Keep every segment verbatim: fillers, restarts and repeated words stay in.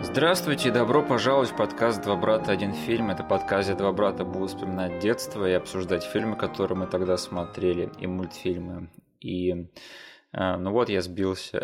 Здравствуйте и добро пожаловать в подкаст «Два брата, один фильм». Это подкаст, где два брата будут вспоминать детство и обсуждать фильмы, которые мы тогда смотрели, и мультфильмы. И а, ну вот я сбился.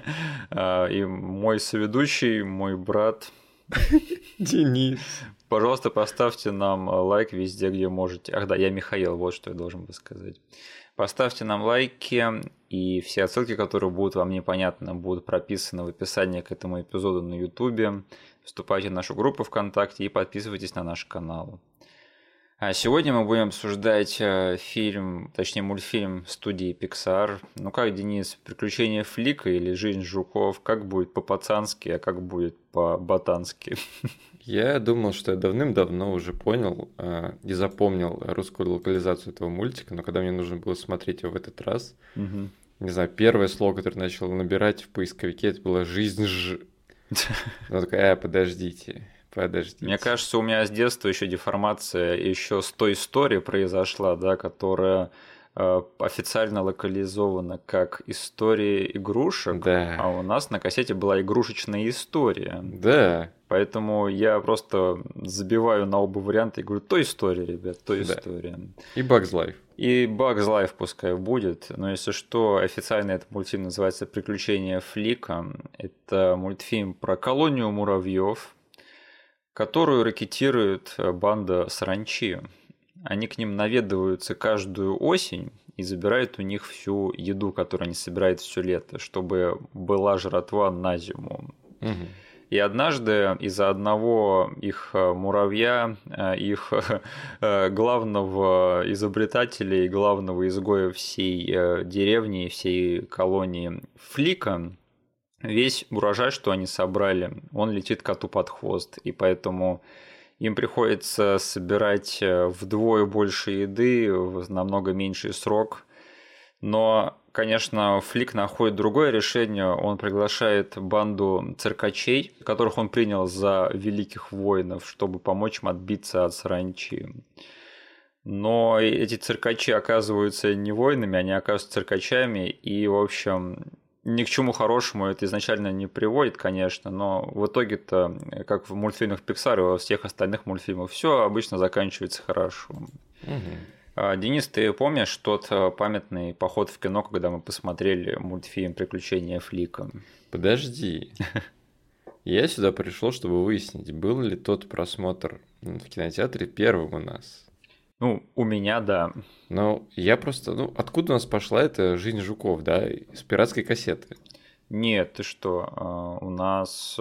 И мой соведущий, мой брат Денис. Пожалуйста, поставьте нам лайк везде, где можете. Ах да, я Михаил, вот что я должен был сказать. Поставьте нам лайки, и все отсылки, которые будут вам непонятны, будут прописаны в описании к этому эпизоду на YouTube. Вступайте в нашу группу ВКонтакте и подписывайтесь на наш канал. А сегодня мы будем обсуждать фильм, точнее мультфильм студии Pixar. Ну как, Денис, «Приключения Флика» или «Жизнь жуков»? Как будет по-пацански, а как будет по-ботански? Я думал, что я давным-давно уже понял э, и запомнил русскую локализацию этого мультика, но когда мне нужно было смотреть его в этот раз, Угу. не знаю, первое слово, которое начал набирать в поисковике, это было «жизнь ж». Я такой, э, подождите, подождите. Мне кажется, у меня с детства еще деформация еще с той истории произошла, да, которая э, официально локализована как «История игрушек», Да. а у нас на кассете была «Игрушечная история». Да. Поэтому я просто забиваю на оба варианта и говорю: «Той история, ребят, той Да. история». И Bugs Life. И Bugs Life пускай будет, но если что, официально этот мультфильм называется «Приключения Флика». Это мультфильм про колонию муравьев, которую рекетирует банда саранчи. Они к ним наведываются каждую осень и забирают у них всю еду, которую они собирают все лето, чтобы была жратва на зиму. Угу. И однажды из-за одного их муравья, их главного изобретателя и главного изгоя всей деревни, всей колонии Флика, весь урожай, что они собрали, он летит коту под хвост. И поэтому им приходится собирать вдвое больше еды в намного меньший срок. Но, конечно, Флик находит другое решение. Он приглашает банду циркачей, которых он принял за великих воинов, чтобы помочь им отбиться от саранчи. Но эти циркачи оказываются не воинами, они оказываются циркачами. И, в общем, ни к чему хорошему это изначально не приводит, конечно. Но в итоге-то, как в мультфильмах Pixar и во всех остальных мультфильмах, все обычно заканчивается хорошо. Угу. Денис, ты помнишь тот памятный поход в кино, когда мы посмотрели мультфильм «Приключения Флика»? Подожди. Я сюда пришел, чтобы выяснить, был ли тот просмотр в кинотеатре первым у нас. Ну, у меня, да. Ну, я просто... Ну, откуда у нас пошла эта «Жизнь жуков», да? С пиратской кассеты. Нет, ты что? У нас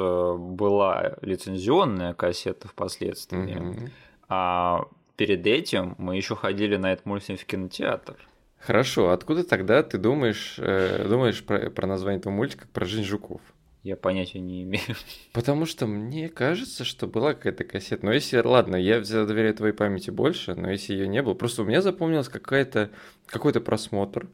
была лицензионная кассета впоследствии, Угу. а... Перед этим мы еще ходили на этот мультфильм в кинотеатр. Хорошо, откуда тогда ты думаешь, э, думаешь про, про название этого мультика, как про «Жизнь жуков»? Я понятия не имею. Потому что мне кажется, что была какая-то кассета. Но если, ладно, я доверяю твоей памяти больше, но если ее не было, просто у меня запомнилось какая-то, какой-то просмотр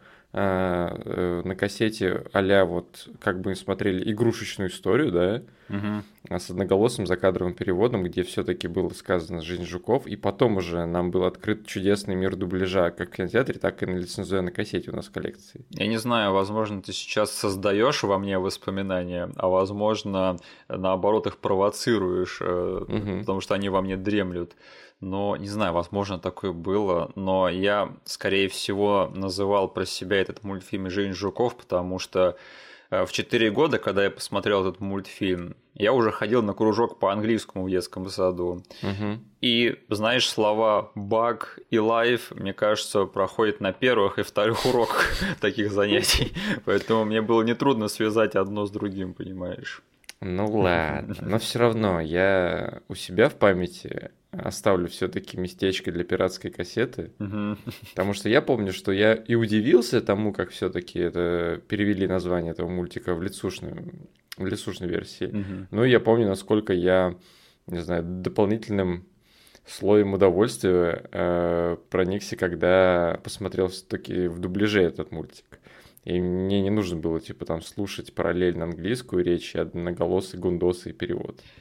э, э, на кассете а-ля вот как бы смотрели игрушечную историю, да, Угу. с одноголосым закадровым переводом, где все-таки было сказано «Жизнь жуков», и потом уже нам был открыт чудесный мир дубляжа как в кинотеатре, так и на лицензионной кассете у нас в коллекции. Я не знаю, возможно, ты сейчас создаешь во мне воспоминания, а возможно, наоборот, их провоцируешь, Угу. потому что они во мне дремлют. Но, не знаю, возможно, такое было, но я, скорее всего, называл про себя этот мультфильм «Жизнь жуков», потому что в четыре года, когда я посмотрел этот мультфильм, я уже ходил на кружок по английскому в детском саду. Угу. И, знаешь, слова «баг» и «life», мне кажется, проходят на первых и вторых уроках таких занятий. Поэтому мне было нетрудно связать одно с другим, понимаешь? Ну ладно, но все равно я у себя в памяти оставлю все-таки местечко для пиратской кассеты, Угу. потому что я помню, что я и удивился тому, как все-таки это перевели название этого мультика в лицушную, в лицушной версии. Угу. Ну и я помню, насколько я, не знаю, дополнительным слоем удовольствия э, проникся, когда посмотрел все-таки в дубляже этот мультик. И мне не нужно было, типа, там слушать параллельно английскую речь и одноголосый гундосы и перевод.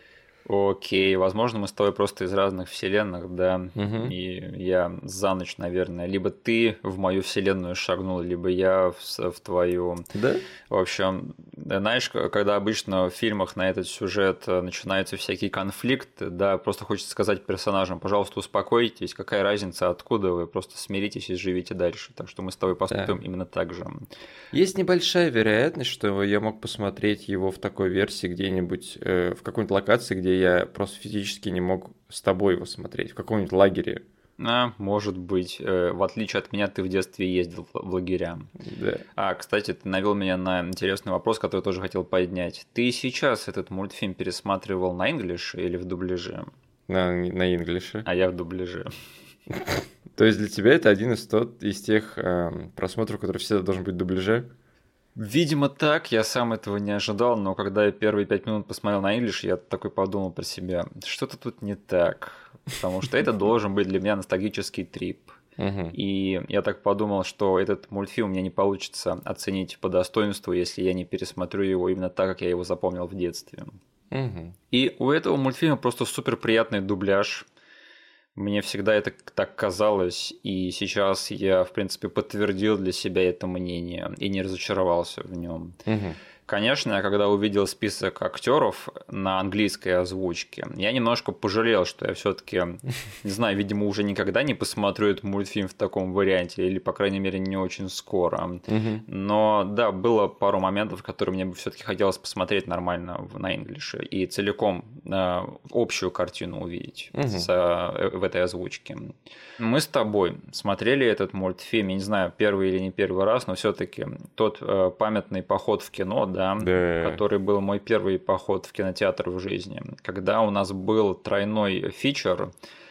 Окей, возможно, мы с тобой просто из разных вселенных, да, Мгм. и я за ночь, наверное, либо ты в мою вселенную шагнул, либо я в, с- в твою. Да? В общем, да, знаешь, к- когда обычно в фильмах на этот сюжет э, начинаются всякие конфликты, да, просто хочется сказать персонажам, пожалуйста, успокойтесь, какая разница, откуда вы, просто смиритесь и живите дальше. Так что мы с тобой Да. поступим именно так же. Есть небольшая вероятность, что я мог посмотреть его в такой версии где-нибудь, э, в какой-нибудь локации, где я просто физически не мог с тобой его смотреть, в каком-нибудь лагере. А, может быть, э, в отличие от меня, ты в детстве ездил в в лагеря. Да. А, кстати, ты навел меня на интересный вопрос, который тоже хотел поднять. Ты сейчас этот мультфильм пересматривал на инглише или в дубляже? На, на инглише. А я в дубляже. То есть для тебя это один из, тот, из тех эм, просмотров, который всегда должен быть в дубляже? Видимо, так, я сам этого не ожидал, но когда я первые пять минут посмотрел на инглиш, я такой подумал про себя, что-то тут не так, потому что это должен быть для меня ностальгический трип. Мгм. И я так подумал, что этот мультфильм у меня не получится оценить по достоинству, если я не пересмотрю его именно так, как я его запомнил в детстве. Мгм. И у этого мультфильма просто супер приятный дубляж. Мне всегда это так казалось, и сейчас я, в принципе, подтвердил для себя это мнение и не разочаровался в нем. Мгм. Конечно, я когда увидел список актеров на английской озвучке, я немножко пожалел, что я все-таки, не знаю, видимо, уже никогда не посмотрю этот мультфильм в таком варианте, или, по крайней мере, не очень скоро. Мгм. Но да, было пару моментов, которые мне бы все-таки хотелось посмотреть нормально в- на инглише и целиком э, общую картину увидеть Мгм. с, э, в этой озвучке. Мы с тобой смотрели этот мультфильм, я не знаю, первый или не первый раз, но все-таки тот э, памятный поход в кино, да, Да. который был мой первый поход в кинотеатр в жизни, когда у нас был тройной фичер,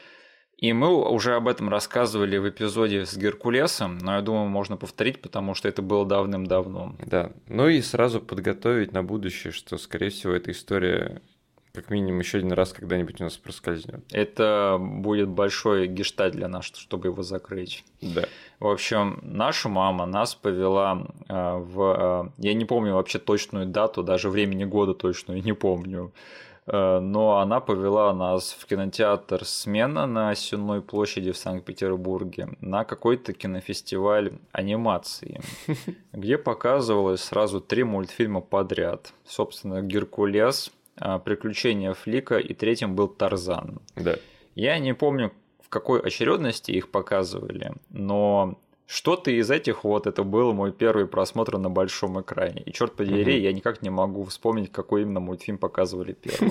и мы уже об этом рассказывали в эпизоде с Геркулесом, но я думаю, можно повторить, потому что это было давным-давно. Да. Ну и сразу подготовить на будущее, что, скорее всего, эта история как минимум еще один раз когда-нибудь у нас проскользнет. Это будет большой гештальт для нас, чтобы его закрыть. Да. В общем, наша мама нас повела э, в... э, я не помню вообще точную дату, даже времени года точную не помню. Э, но она повела нас в кинотеатр «Смена» на Сенной площади в Санкт-Петербурге на какой-то кинофестиваль анимации, где показывалось сразу три мультфильма подряд. Собственно, «Геркулес», э, «Приключения Флика» и третьим был «Тарзан». Да. Я не помню, в какой очередности их показывали, но что-то из этих вот это был мой первый просмотр на большом экране. И черт подери, Мгм. я никак не могу вспомнить, какой именно мультфильм показывали первым.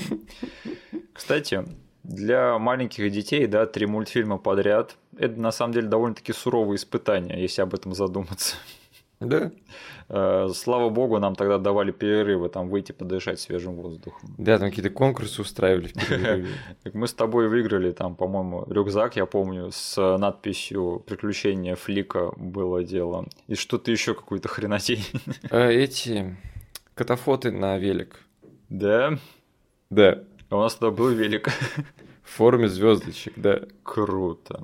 Кстати, для маленьких детей, да, три мультфильма подряд, это на самом деле довольно-таки суровые испытания, если об этом задуматься. Да. Э, Слава богу, нам тогда давали перерывы, там выйти подышать свежим воздухом. Да, там какие-то конкурсы устраивали в перерыве. Так мы с тобой выиграли там, по-моему, рюкзак, я помню, с надписью «Приключения Флика» было дело. И что-то еще какую-то хренотень. А эти катафоты на велик. Да? Да. А у нас тогда был велик. В форме звездочек, да. Круто.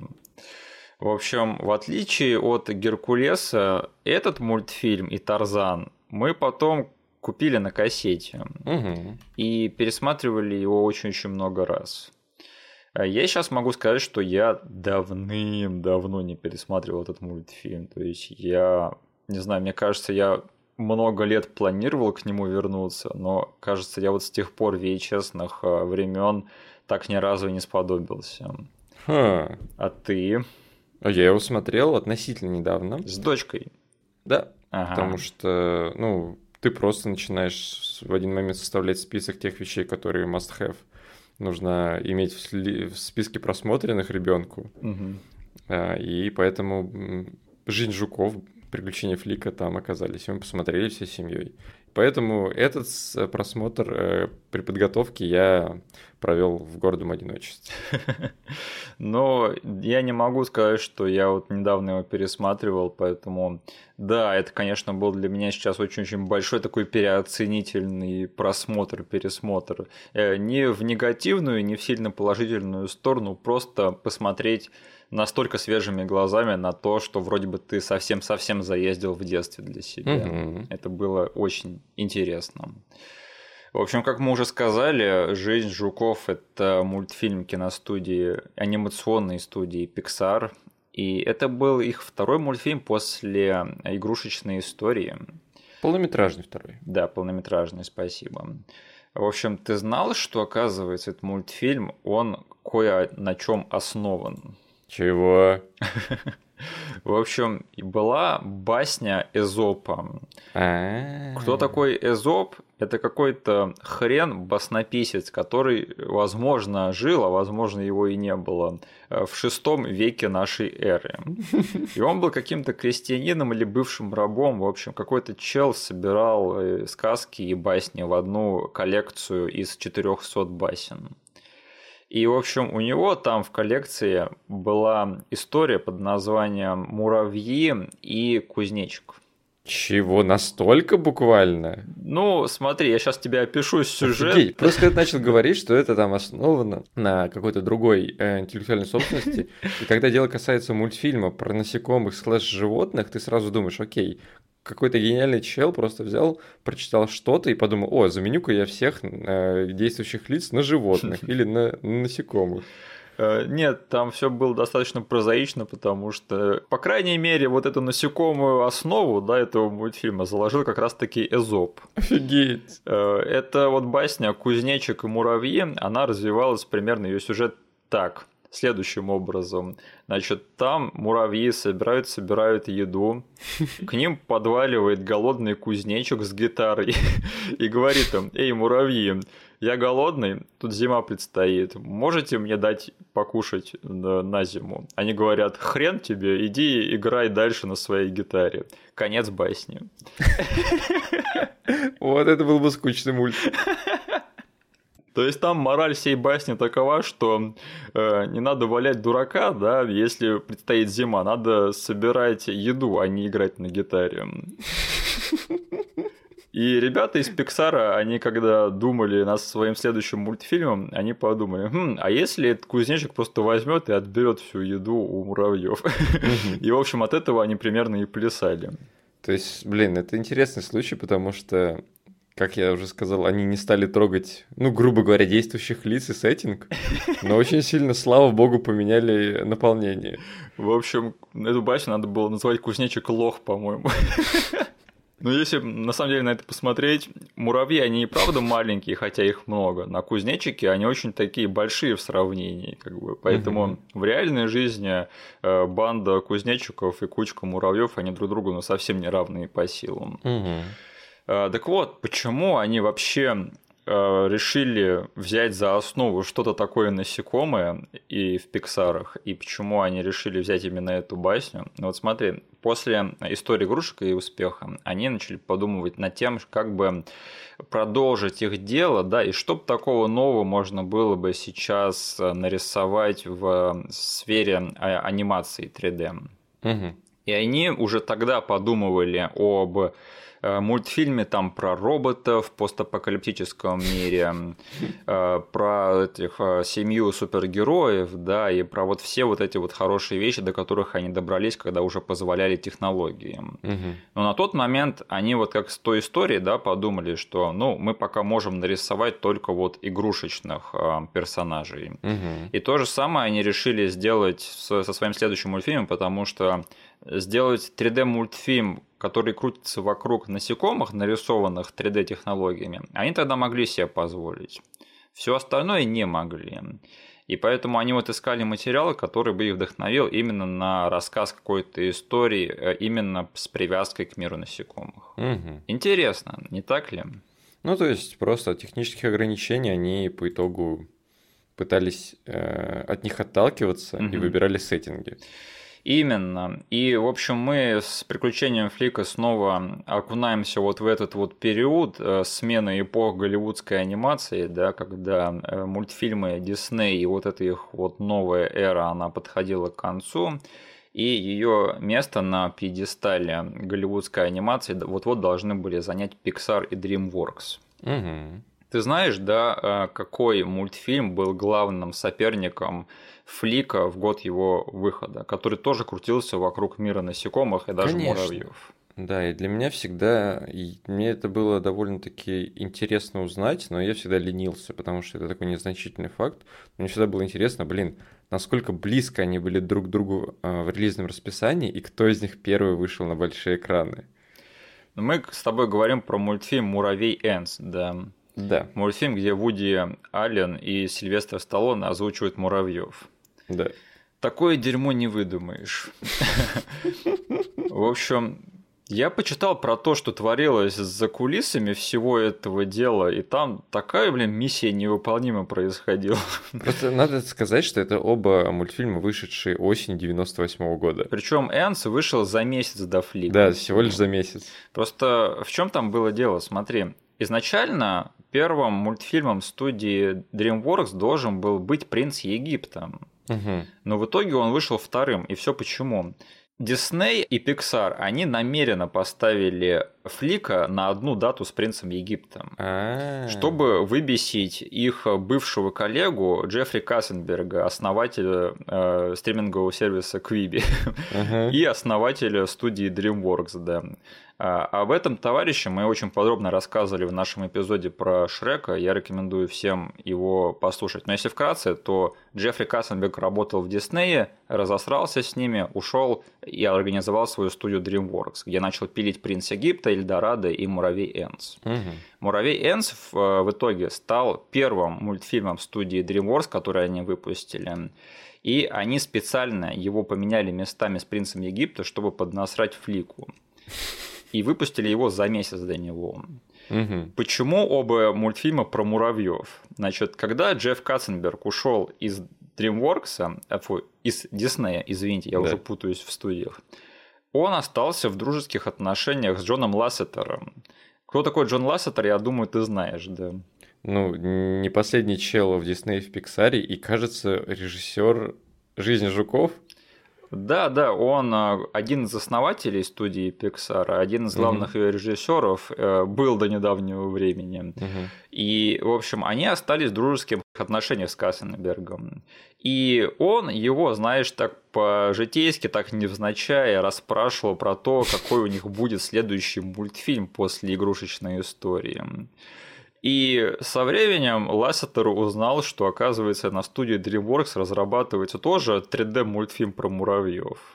В общем, в отличие от Геркулеса, этот мультфильм и Тарзан мы потом купили на кассете Угу. и пересматривали его очень-очень много раз. А Я сейчас могу сказать, что я давным-давно не пересматривал этот мультфильм. То есть я, не знаю, мне кажется, я много лет планировал к нему вернуться, но, кажется, я вот с тех пор ви эйч эс-ных времен так ни разу и не сподобился. Ха. А ты? А я его смотрел относительно недавно. С дочкой? Да. Ага. Потому что, ну, ты просто начинаешь в один момент составлять список тех вещей, которые must have. Нужно иметь в, сли- в списке просмотренных ребенку. Мгм. А, И поэтому м, «Жизнь жуков», «Приключения Флика» там оказались. И мы посмотрели всей семьей. Поэтому этот с- просмотр э, при подготовке я провел в гордом одиночестве. Но я не могу сказать, что я вот недавно его пересматривал, поэтому да, это, конечно, был для меня сейчас очень-очень большой такой переоценительный просмотр, пересмотр. Э, Не в негативную, не в сильно положительную сторону, просто посмотреть настолько свежими глазами на то, что вроде бы ты совсем-совсем заездил в детстве для себя. Мгм. Это было очень интересно. В общем, как мы уже сказали, «Жизнь жуков» — это мультфильм киностудии, анимационной студии Pixar. И это был их второй мультфильм после «Игрушечной истории». Полнометражный второй. Да, полнометражный, спасибо. В общем, ты знал, что, оказывается, этот мультфильм, он кое на чем основан? Чего? В общем, была басня Эзопа. А-а-а. Кто такой Эзоп? Это какой-то хрен баснописец, который, возможно, жил, а возможно, его и не было, в шестом веке нашей эры. И он был каким-то крестьянином или бывшим рабом. В общем, какой-то чел собирал сказки и басни в одну коллекцию из четырехсот басен. И, в общем, у него там в коллекции была история под названием «Муравьи и кузнечик». Чего? Настолько буквально? Ну, смотри, я сейчас тебе опишу сюжет. Офигеть. Просто когда ты начал говорить, что это там основано на какой-то другой э, интеллектуальной собственности, и когда дело касается мультфильма про насекомых слэш-животных, ты сразу думаешь, окей, какой-то гениальный чел просто взял, прочитал что-то и подумал, о, заменю-ка я всех э, действующих лиц на животных или на, на насекомых. Нет, там все было достаточно прозаично, потому что, по крайней мере, вот эту насекомую основу, да, этого мультфильма заложил как раз-таки Эзоп. Офигеть! Это вот басня «Кузнечик и муравьи», она развивалась примерно, ее сюжет так, следующим образом. Значит, там муравьи собирают, собирают еду, к ним подваливает голодный кузнечик с гитарой и говорит им: «Эй, муравьи, я голодный, тут зима предстоит, можете мне дать покушать на зиму?» Они говорят: «Хрен тебе, иди играй дальше на своей гитаре». Конец басни. Вот это был бы скучный мультик. То есть там мораль всей басни такова, что э, не надо валять дурака, да, если предстоит зима, надо собирать еду, а не играть на гитаре. И ребята из Пиксара, они когда думали над своим следующим мультфильмом, они подумали: хм, а если этот кузнечик просто возьмет и отберет всю еду у муравьев? И, в общем, от этого они примерно и плясали. То есть, блин, это интересный случай, потому что, как я уже сказал, они не стали трогать, ну, грубо говоря, действующих лиц и сеттинг, но очень сильно, слава богу, поменяли наполнение. В общем, эту басню надо было называть «Кузнечик лох», по-моему. Но если на самом деле на это посмотреть, муравьи, они и правда маленькие, хотя их много. На кузнечике они очень такие большие в сравнении, как бы. Поэтому угу. в реальной жизни банда кузнечиков и кучка муравьев, они друг другу ну, совсем не равные по силам. Угу. Так вот, почему они вообще решили взять за основу что-то такое насекомое и в Пиксарах, и почему они решили взять именно эту басню? Ну вот смотри, после истории игрушек и успеха они начали подумывать над тем, как бы продолжить их дело, да, и что бы такого нового можно было бы сейчас нарисовать в сфере анимации три дэ. Угу. И они уже тогда подумывали об мультфильме там про роботов в постапокалиптическом мире, про этих семью супергероев, да, и про вот все вот эти вот хорошие вещи, до которых они добрались, когда уже позволяли технологии. Угу. Но на тот момент они вот как с той историей, да, подумали, что, ну, мы пока можем нарисовать только вот игрушечных персонажей. Угу. И то же самое они решили сделать со своим следующим мультфильмом, потому что сделать три дэ-мультфильм, который крутится вокруг насекомых, нарисованных три дэ-технологиями, они тогда могли себе позволить. Все остальное не могли. И поэтому они вот искали материал, который бы их вдохновил именно на рассказ какой-то истории, именно с привязкой к миру насекомых. Угу. Интересно, не так ли? Ну, то есть, просто от технических ограничений они по итогу пытались э, от них отталкиваться угу. и выбирали сеттинги. Именно. И, в общем, мы с «Приключением Флика» снова окунаемся вот в этот вот период смены эпох голливудской анимации, да, когда мультфильмы Дисней и вот эта их вот новая эра, она подходила к концу, и ее место на пьедестале голливудской анимации вот-вот должны были занять Pixar и DreamWorks. Угу. Ты знаешь, да, какой мультфильм был главным соперником Флика в год его выхода, который тоже крутился вокруг мира насекомых и даже Конечно. муравьев? Да, и для меня всегда, и мне это было довольно-таки интересно узнать, но я всегда ленился, потому что это такой незначительный факт. Мне всегда было интересно, блин, насколько близко они были друг к другу а, в релизном расписании, и кто из них первый вышел на большие экраны. Мы с тобой говорим про мультфильм «Муравей Энс», да. Да, Мультфильм, где Вуди Аллен и Сильвестр Сталлоне озвучивают муравьев. да. Такое дерьмо не выдумаешь. В общем, я почитал про то, что творилось за кулисами всего этого дела, и там такая, блин, миссия невыполнима происходила. Просто надо сказать, что это оба мультфильма, вышедшие осенью девяносто восьмого года. Причем Энс вышел за месяц до Флика. Да, всего лишь за месяц. Просто в чем там было дело? Смотри, изначально первым мультфильмом студии DreamWorks должен был быть «Принц Египта». Угу. Но в итоге он вышел вторым. И все почему? Дисней и Pixar, они намеренно поставили Флика на одну дату с «Принцем Египта», А-а-а. чтобы выбесить их бывшего коллегу Джеффри Кассенберга, основателя э, стримингового сервиса Quibi, Ага. и основателя студии DreamWorks, да. А об этом товарище мы очень подробно рассказывали в нашем эпизоде про Шрека. Я рекомендую всем его послушать. Но если вкратце, то Джеффри Кассенберг работал в Диснее, разосрался с ними, ушел и организовал свою студию DreamWorks, где начал пилить «Принц Египта», «Эльдорадо» и «Муравей Энс». Угу. «Муравей Энс» в, в итоге стал первым мультфильмом студии DreamWorks, который они выпустили. И они специально его поменяли местами с «Принцем Египта», чтобы поднасрать Флику. И выпустили его за месяц до него. Угу. Почему оба мультфильма про муравьев? Значит, когда Джефф Катценберг ушел из DreamWorks, а, фу, из Диснея, извините, я Да. уже путаюсь в студиях, он остался в дружеских отношениях с Джоном Лассетером. Кто такой Джон Лассетер, я думаю, ты знаешь, да. Ну, не последний чел в Диснее, в Пиксаре, и, кажется, режиссер «Жизни жуков». Да, да, он а, один из основателей студии Pixar, один из главных ее режиссеров, э, был до недавнего времени. Мгм. И, в общем, они остались в дружеских отношениях с Кассенбергом. И он его, знаешь, так по-житейски, так невзначай расспрашивал про то, какой у них будет следующий мультфильм после игрушечной истории. И со временем Лассетер узнал, что, оказывается, на студии DreamWorks разрабатывается тоже три дэ-мультфильм про муравьев.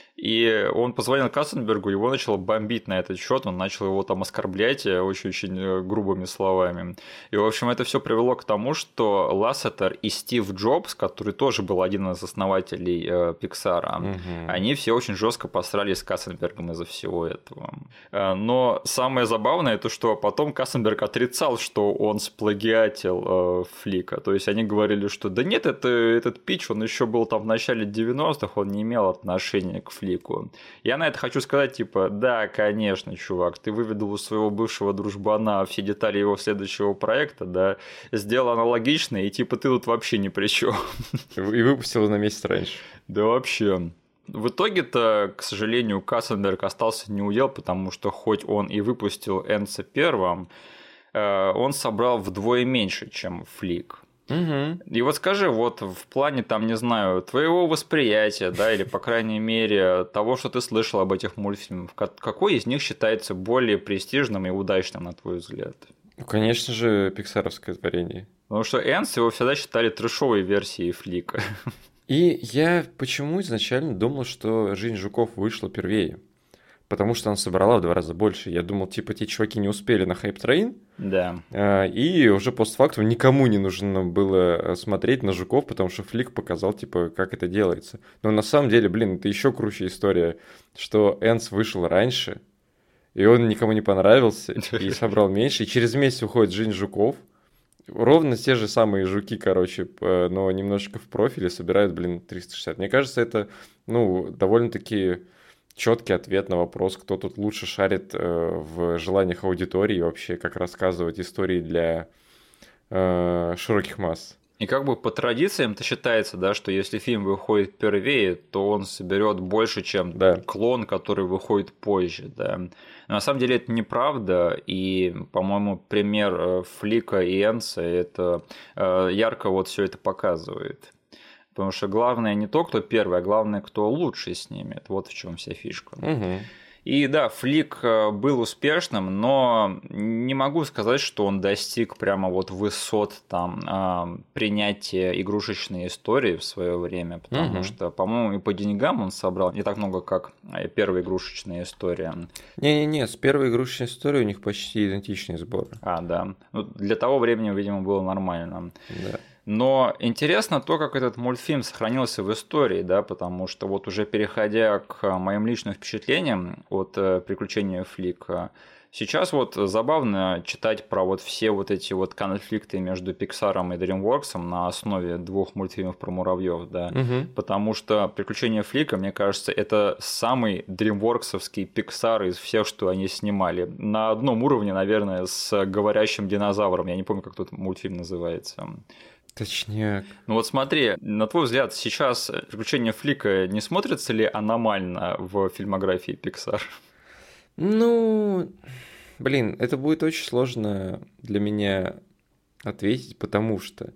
И он позвонил Кассенбергу, его начало бомбить на этот счет, он начал его там оскорблять очень-очень грубыми словами. И, в общем, это все привело к тому, что Лассетер и Стив Джобс, который тоже был один из основателей э, Пиксара, Мгм. они все очень жестко посрались с Кассенбергом из-за всего этого. Э, Но самое забавное, это что потом Кассенберг отрицал, что он сплагиатил э, Флика. То есть они говорили, что да нет, это, этот пич, он еще был там в начале девяностых, он не имел отношения к Флику. Я на это хочу сказать, типа, да, конечно, чувак, ты выведал у своего бывшего дружбана все детали его следующего проекта, да, сделал аналогично, и типа ты тут вообще ни при чем. И выпустил на месяц раньше. Да вообще. В итоге-то, к сожалению, Кассенберг остался неудел, потому что хоть он и выпустил Энса первым, э, он собрал вдвое меньше, чем Флик. Угу. И вот скажи, вот в плане, там, не знаю, твоего восприятия, да, или, по крайней мере, того, что ты слышал об этих мультфильмах, ка- какой из них считается более престижным и удачным, на твой взгляд? Ну, конечно же, пиксаровское творение. Потому что Энс его всегда считали трэшовой версией Флика. И я почему изначально думал, что «Жизнь жуков» вышла первее? Потому что она собрала в два раза больше. Я думал, типа, те чуваки не успели на хайп-трейн, Да. а, и уже постфактум никому не нужно было смотреть на жуков, потому что Флик показал, типа, как это делается. Но на самом деле, блин, это еще круче история, что Энс вышел раньше, и он никому не понравился, и собрал меньше, и через месяц выходит «Жизнь жуков». Ровно те же самые жуки, короче, п- но немножечко в профиле собирают, блин, триста шестьдесят. Мне кажется, это, ну, довольно-таки четкий ответ на вопрос, кто тут лучше шарит э, в желаниях аудитории и вообще, как рассказывать истории для э, широких масс. И как бы по традициям-то считается, да, что если фильм выходит первее, то он соберет больше, чем Да. клон, который выходит позже, да. Но на самом деле это неправда, и, по-моему, пример э, Флика и Энса это э, ярко вот все это показывает. Потому что главное не то, кто первый, а главное, кто лучше снимет. Вот в чем вся фишка. Угу. И да, Флик был успешным, но не могу сказать, что он достиг прямо вот высот там принятия игрушечной истории в свое время, потому угу. что, по-моему, и по деньгам он собрал не так много, как первая игрушечная история. Не-не-не, с первой игрушечной историей у них почти идентичные сборы. А, да. Ну, для того времени, видимо, было нормально. Да. Но интересно то, как этот мультфильм сохранился в истории, да, потому что вот уже переходя к моим личным впечатлениям от приключения Флика, сейчас вот забавно читать про вот все вот эти вот конфликты между Pixar и DreamWorks на основе двух мультфильмов про муравьев, да, угу. потому что приключения Флика, мне кажется, это самый DreamWorksовский Pixar из всех, что они снимали. На одном уровне, наверное, с говорящим динозавром. Я не помню, как тот мультфильм называется. Точняк. Ну вот смотри, на твой взгляд, сейчас приключения Флика не смотрятся ли аномально в фильмографии Pixar? Ну, блин, это будет очень сложно для меня ответить, потому что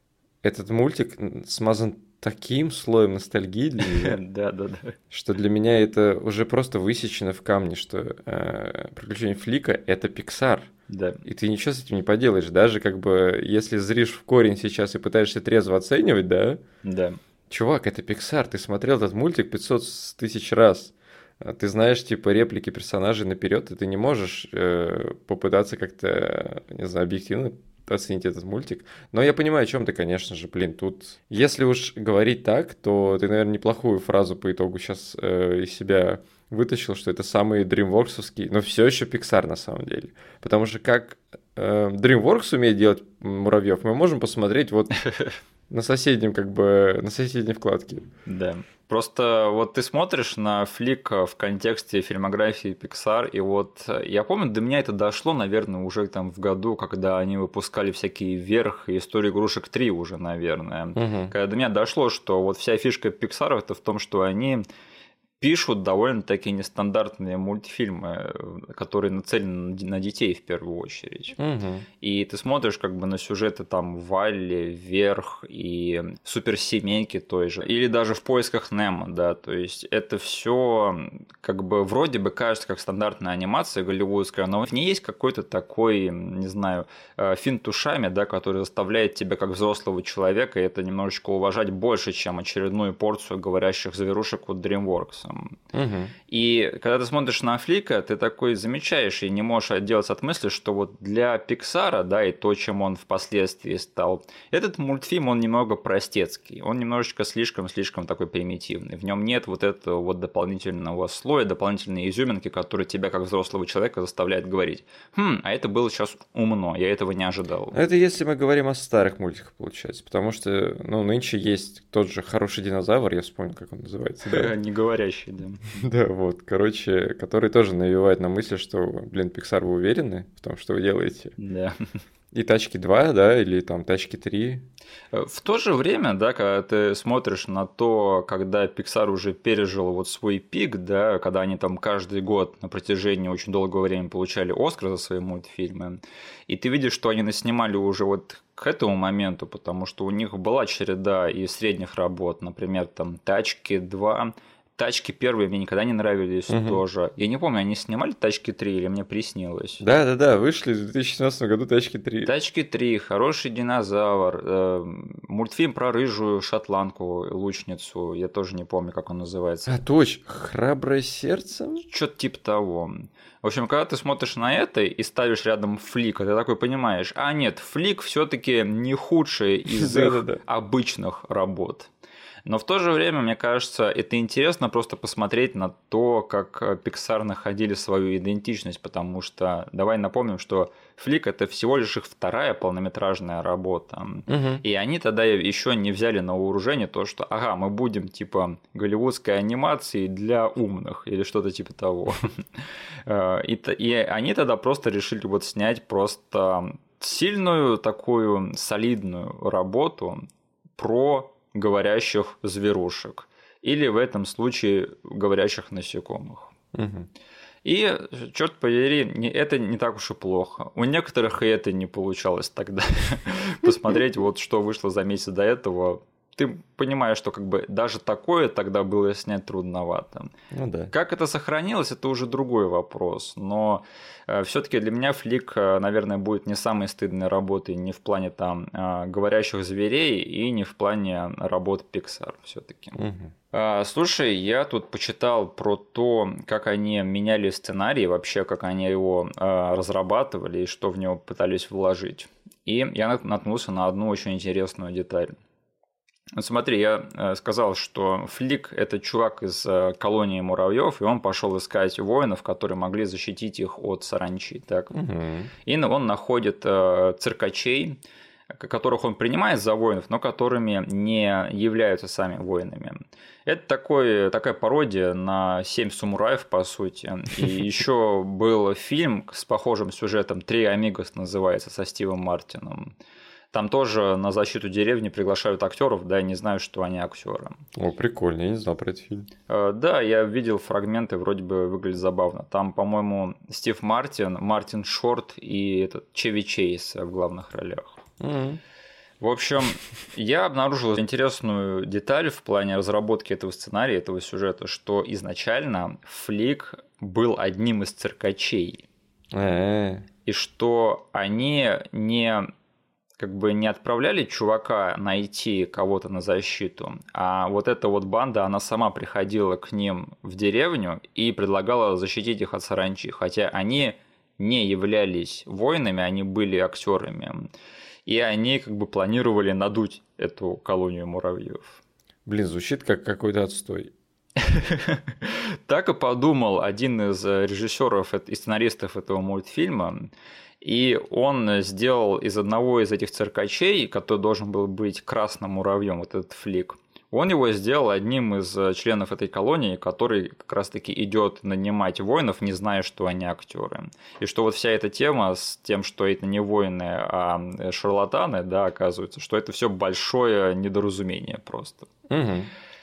этот мультик смазан таким слоем ностальгии для меня, да, да, да. что для меня это уже просто высечено в камне, что э, приключения Флика — это Pixar. Да. И ты ничего с этим не поделаешь, даже как бы если зришь в корень сейчас и пытаешься трезво оценивать, да? Да. Чувак, это Pixar, ты смотрел этот мультик пятьсот тысяч раз. Ты знаешь, типа, реплики персонажей наперед, и ты не можешь э, попытаться как-то, не знаю, объективно оценить этот мультик. Но я понимаю, о чем ты, конечно же, блин, тут... Если уж говорить так, то ты, наверное, неплохую фразу по итогу сейчас э, из себя вытащил, что это самый DreamWorks'овский, но все еще Pixar на самом деле. Потому что как э, DreamWorks умеет делать муравьев, мы можем посмотреть вот на соседнем, как бы, на соседней вкладке. Да. Просто вот ты смотришь на Флик в контексте фильмографии Pixar, и вот я помню, до меня это дошло, наверное, уже там в году, когда они выпускали всякие «Вверх» и «Историю игрушек три» уже, наверное. Угу. Когда до меня дошло, что вот вся фишка Pixar это в том, что они пишут довольно-таки нестандартные мультфильмы, которые нацелены на детей в первую очередь. Угу. И ты смотришь как бы на сюжеты там Валли, Вверх и Суперсемейки той же, или даже В поисках Немо, да, то есть это все как бы вроде бы кажется как стандартная анимация голливудская, но в ней есть какой-то такой, не знаю, финт ушами, да, который заставляет тебя как взрослого человека это немножечко уважать больше, чем очередную порцию говорящих зверушек от DreamWorks. Угу. И когда ты смотришь на Флика, ты такой замечаешь и не можешь отделаться от мысли, что вот для Pixar, да, и то, чем он впоследствии стал, этот мультфильм, он немного простецкий, он немножечко слишком-слишком такой примитивный. В нем нет вот этого вот дополнительного слоя, дополнительной изюминки, которая тебя как взрослого человека заставляет говорить: хм, а это было сейчас умно, я этого не ожидал. Это если мы говорим о старых мультиках, получается, потому что, ну, нынче есть тот же «Хороший динозавр», я вспомнил, как он называется. Не говорящий. Да. да, вот, короче, который тоже навевает на мысль, что, блин, Pixar, вы уверены в том, что вы делаете? Да. И «Тачки два», да, или там «Тачки три». В то же время, да, когда ты смотришь на то, когда Pixar уже пережил вот свой пик, да, когда они там каждый год на протяжении очень долгого времени получали Оскар за свои мультфильмы, и ты видишь, что они наснимали уже вот к этому моменту, потому что у них была череда и средних работ, например, там «Тачки два», «Тачки» первые мне никогда не нравились угу. тоже. Я не помню, они снимали «Тачки три» или мне приснилось? Да-да-да, вышли в две тысячи семнадцатом году «Тачки три». «Тачки три», «Хороший динозавр», э, мультфильм про рыжую шотландку, лучницу, я тоже не помню, как он называется. А, точно, «Храброе сердце»? Что-то типа того. В общем, когда ты смотришь на это и ставишь рядом Флика, ты такой понимаешь, а нет, Флик все-таки не худший из их обычных работ. Но в то же время, мне кажется, это интересно просто посмотреть на то, как Pixar находили свою идентичность, потому что, давай напомним, что Флик – это всего лишь их вторая полнометражная работа. Угу. И они тогда еще не взяли на вооружение то, что, ага, мы будем типа голливудской анимацией для умных или что-то типа того. И они тогда просто решили вот снять просто сильную такую солидную работу про говорящих зверушек, или в этом случае говорящих насекомых. Угу. И, черт побери, это не так уж и плохо. У некоторых и это не получалось тогда. Посмотреть, вот что вышло за месяц до этого, ты понимаешь, что как бы даже такое тогда было снять трудновато. Ну да. Как это сохранилось, это уже другой вопрос. Но э, все-таки для меня Флик, э, наверное, будет не самой стыдной работой ни в плане там э, говорящих зверей и не в плане работ Pixar все-таки. Угу. Э, слушай, я тут почитал про то, как они меняли сценарий, вообще как они его э, разрабатывали и что в него пытались вложить. И я наткнулся на одну очень интересную деталь. Смотри, я сказал, что Флик – это чувак из колонии муравьев, и он пошел искать воинов, которые могли защитить их от саранчи. Так? Угу. И он находит циркачей, которых он принимает за воинов, но которыми не являются сами воинами. Это такой, такая пародия на «Семь самураев», по сути. И еще был фильм с похожим сюжетом «Три амигос» называется, со Стивом Мартином. Там тоже на защиту деревни приглашают актеров, да, я не знаю, что они актеры. О, прикольно, я не знал про этот фильм. Да, я видел фрагменты, вроде бы выглядит забавно. Там, по-моему, Стив Мартин, Мартин Шорт и этот Чеви Чейз в главных ролях. Mm-hmm. В общем, я обнаружил интересную деталь в плане разработки этого сценария, этого сюжета, что изначально Флик был одним из циркачей. Mm-hmm. И что они не... как бы не отправляли чувака найти кого-то на защиту, а вот эта вот банда, она сама приходила к ним в деревню и предлагала защитить их от саранчи, хотя они не являлись воинами, они были актерами, и они как бы планировали надуть эту колонию муравьев. Блин, звучит как какой-то отстой. Так и подумал один из режиссеров и сценаристов этого мультфильма. И он сделал из одного из этих циркачей, который должен был быть красным муравьем, вот этот Флик, он его сделал одним из членов этой колонии, который как раз-таки идет нанимать воинов, не зная, что они актеры. И что вот вся эта тема с тем, что это не воины, а шарлатаны, да, оказывается, что это все большое недоразумение просто. Угу.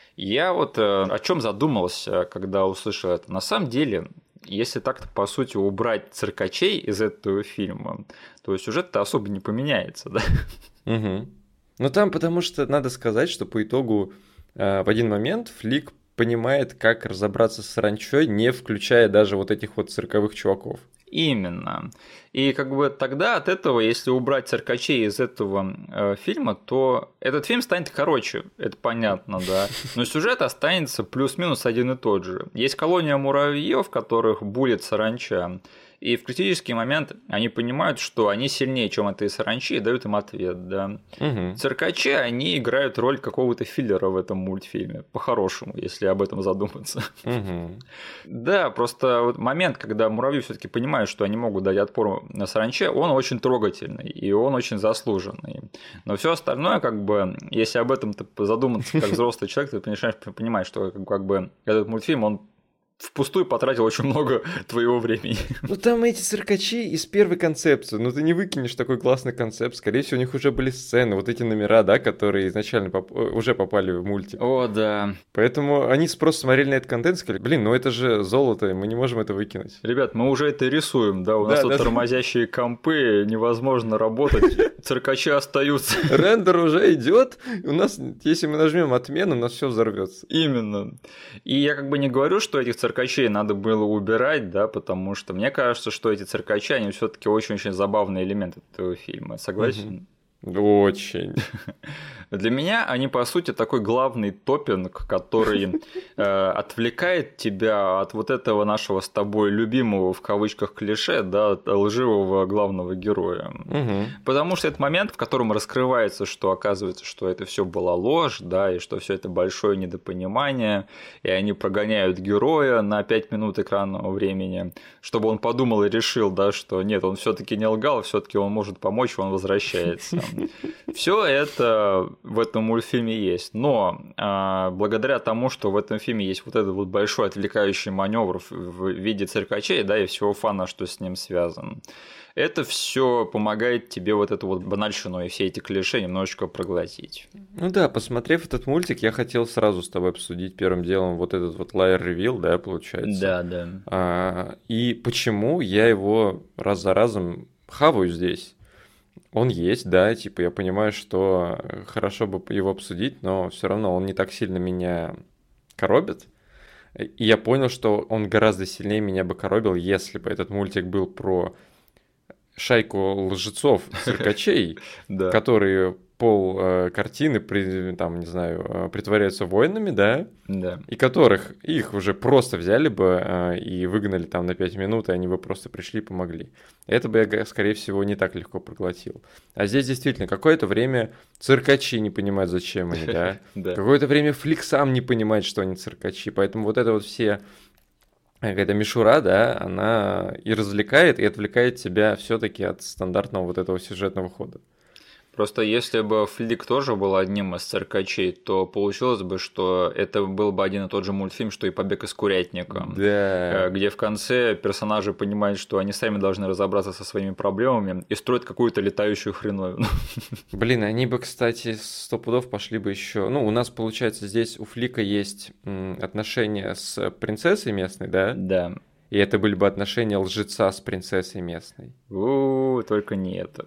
Я вот о чем задумался, когда услышал это. На самом деле, если так-то, по сути, убрать циркачей из этого фильма, то сюжет-то особо не поменяется, да? Угу. Ну там потому что надо сказать, что по итогу э, в один момент Флик понимает, как разобраться с саранчой, не включая даже вот этих вот цирковых чуваков. Именно. И как бы тогда от этого, если убрать циркачей из этого э, фильма, то этот фильм станет короче, это понятно, да. Но сюжет останется плюс-минус один и тот же. Есть колония муравьев, в которых булит саранча. И в критический момент они понимают, что они сильнее, чем этой саранчи, и дают им ответ, да. Угу. Циркачи, они играют роль какого-то филлера в этом мультфильме, по-хорошему, если об этом задуматься. Угу. Да, просто вот момент, когда муравьи все-таки понимают, что они могут дать отпор на саранче, он очень трогательный, и он очень заслуженный. Но все остальное, как бы, если об этом задуматься как взрослый человек, ты начинаешь понимать, что как бы этот мультфильм, он впустую потратил очень много твоего времени. Ну там эти циркачи из первой концепции, ну ты не выкинешь такой классный концепт, скорее всего у них уже были сцены, вот эти номера, да, которые изначально поп- уже попали в мультик. О, да. Поэтому они просто смотрели на этот контент и сказали, блин, ну это же золото, мы не можем это выкинуть. Ребят, мы уже это рисуем, да, у да, нас да, тут да. тормозящие компы, невозможно работать, циркачи остаются. Рендер уже идет, у нас, если мы нажмем отмену, у нас все взорвется. Именно. И я как бы не говорю, что этих циркачей надо было убирать, да, потому что мне кажется, что эти циркачи, они все-таки очень-очень забавный элемент этого фильма. Согласен? Очень. Для меня они, по сути, такой главный топпинг, который э, отвлекает тебя от вот этого нашего с тобой любимого, в кавычках, клише, да, от лживого главного героя. Угу. Потому что это момент, в котором раскрывается, что оказывается, что это все была ложь, да, и что все это большое недопонимание, и они прогоняют героя на пять минут экранного времени, чтобы он подумал и решил, да, что нет, он все-таки не лгал, все-таки он может помочь, он возвращается. Все это в этом мультфильме есть, но э, благодаря тому, что в этом фильме есть вот этот вот большой отвлекающий маневр в, в виде циркачей, да, и всего фана, что с ним связан, это все помогает тебе вот эту вот банальщину и все эти клише немножечко проглотить. Ну да, посмотрев этот мультик, я хотел сразу с тобой обсудить первым делом вот этот вот Liar Reveal, да, получается. Да, да. А, и почему я его раз за разом хаваю здесь. Он есть, да, типа я понимаю, что хорошо бы его обсудить, но все равно он не так сильно меня коробит. И я понял, что он гораздо сильнее меня бы коробил, если бы этот мультик был про шайку лжецов, циркачей, Да. которые пол э, картины, при, там, не знаю, э, притворяются воинами, да, Да. и которых их уже просто взяли бы э, и выгнали там на пять минут, и они бы просто пришли и помогли. Это бы я, скорее всего, не так легко проглотил. А здесь действительно какое-то время циркачи не понимают, зачем они, да. Да. Какое-то время Флик сам не понимает, что они циркачи. Поэтому вот это вот все какая-то мишура, да, она и развлекает, и отвлекает тебя все-таки от стандартного вот этого сюжетного хода. Просто если бы Флик тоже был одним из циркачей, то получилось бы, что это был бы один и тот же мультфильм, что и «Побег из курятника», Да. где в конце персонажи понимают, что они сами должны разобраться со своими проблемами и строят какую-то летающую хреновину. Блин, они бы, кстати, сто пудов пошли бы еще. Ну, у нас, получается, здесь у Флика есть м, отношения с принцессой местной, да? Да. И это были бы отношения лжеца с принцессой местной. У, только не это.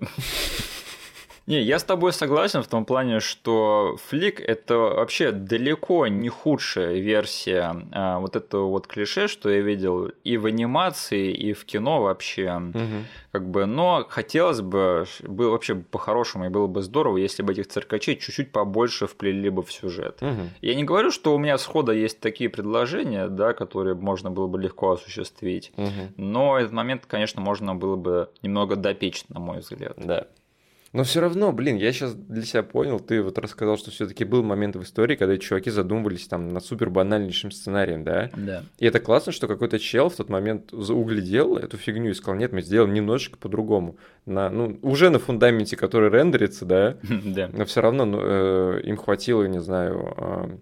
Не, я с тобой согласен в том плане, что Флик это вообще далеко не худшая версия а, вот этого вот клише, что я видел и в анимации, и в кино вообще. Угу. Как бы, но хотелось бы, было вообще по-хорошему, и было бы здорово, если бы этих циркачей чуть-чуть побольше вплели бы в сюжет. Угу. Я не говорю, что у меня схода есть такие предложения, да, которые можно было бы легко осуществить, Угу. но этот момент, конечно, можно было бы немного допечь, на мой взгляд. Да. Но все равно, блин, я сейчас для себя понял, ты вот рассказал, что все-таки был момент в истории, когда эти чуваки задумывались там над супер банальнейшим сценарием, да? Да. И это классно, что какой-то чел в тот момент углядел эту фигню и сказал, нет, мы сделаем немножечко по-другому. На, ну, уже на фундаменте, который рендерится, да? Да. Но все равно ну, э, им хватило, не знаю,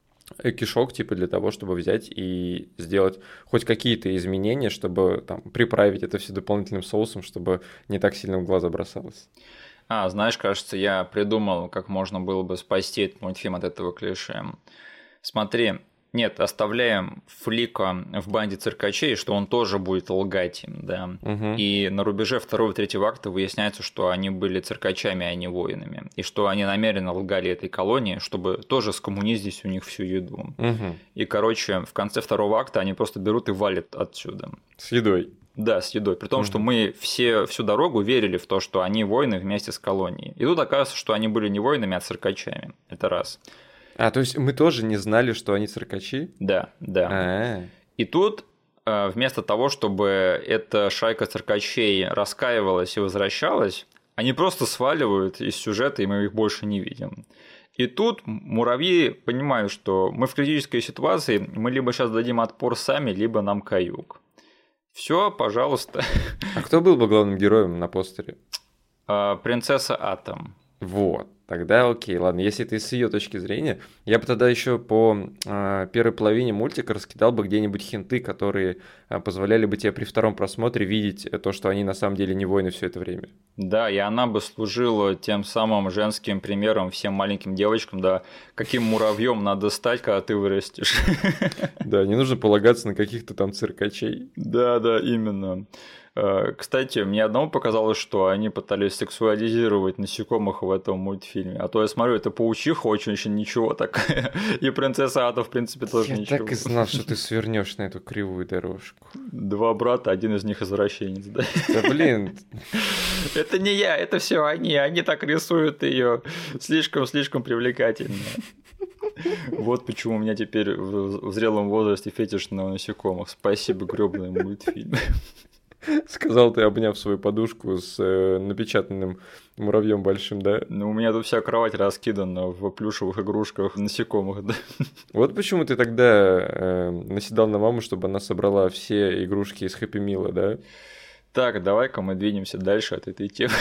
э, кишок типа для того, чтобы взять и сделать хоть какие-то изменения, чтобы там приправить это все дополнительным соусом, чтобы не так сильно в глаза бросалось. А, знаешь, кажется, я придумал, как можно было бы спасти этот мультфильм от этого клише. Смотри, нет, оставляем Флика в банде циркачей, что он тоже будет лгать им, да. Угу. И на рубеже второго и третьего акта выясняется, что они были циркачами, а не воинами. И что они намеренно лгали этой колонии, чтобы тоже скоммуниздить у них всю еду. Угу. И, короче, в конце второго акта они просто берут и валят отсюда. С едой. Да, с едой. При том, Мгм. что мы все всю дорогу верили в то, что они воины вместе с колонией. И тут оказывается, что они были не воинами, а циркачами. Это раз. А, то есть мы тоже не знали, что они циркачи? Да, да. А, И тут э, вместо того, чтобы эта шайка циркачей раскаивалась и возвращалась, они просто сваливают из сюжета, и мы их больше не видим. И тут муравьи понимают, что мы в критической ситуации, мы либо сейчас дадим отпор сами, либо нам каюк. Все, пожалуйста. а кто был бы главным героем на постере? А, Принцесса Атом. Вот, тогда окей, ладно, если ты с ее точки зрения, я бы тогда еще по э, первой половине мультика раскидал бы где-нибудь хинты, которые э, позволяли бы тебе при втором просмотре видеть э, то, что они на самом деле не воины все это время. Да, и она бы служила тем самым женским примером всем маленьким девочкам, да, каким муравьем надо стать, когда ты вырастешь. Да, не нужно полагаться на каких-то там циркачей. Да, да, именно. Кстати, мне одному показалось, что они пытались сексуализировать насекомых в этом мультфильме. А то я смотрю, это паучиха очень-очень ничего такая. И принцесса Ата, в принципе, тоже Я ничего. так и знал, что ты свернешь на эту кривую дорожку. Два брата, один из них извращенец, да. Да блин, Это не я, это все они. Они так рисуют ее слишком-слишком привлекательно. Вот почему у меня теперь в зрелом возрасте фетиш на насекомых. Спасибо, грёбаный мультфильм. сказал ты, обняв свою подушку с э, напечатанным муравьем большим, да? Ну, у меня тут вся кровать раскидана в плюшевых игрушках насекомых, да. Вот почему ты тогда э, наседал на маму, чтобы она собрала все игрушки из Хэппи Мила, да? Так, давай-ка мы двинемся дальше от этой темы.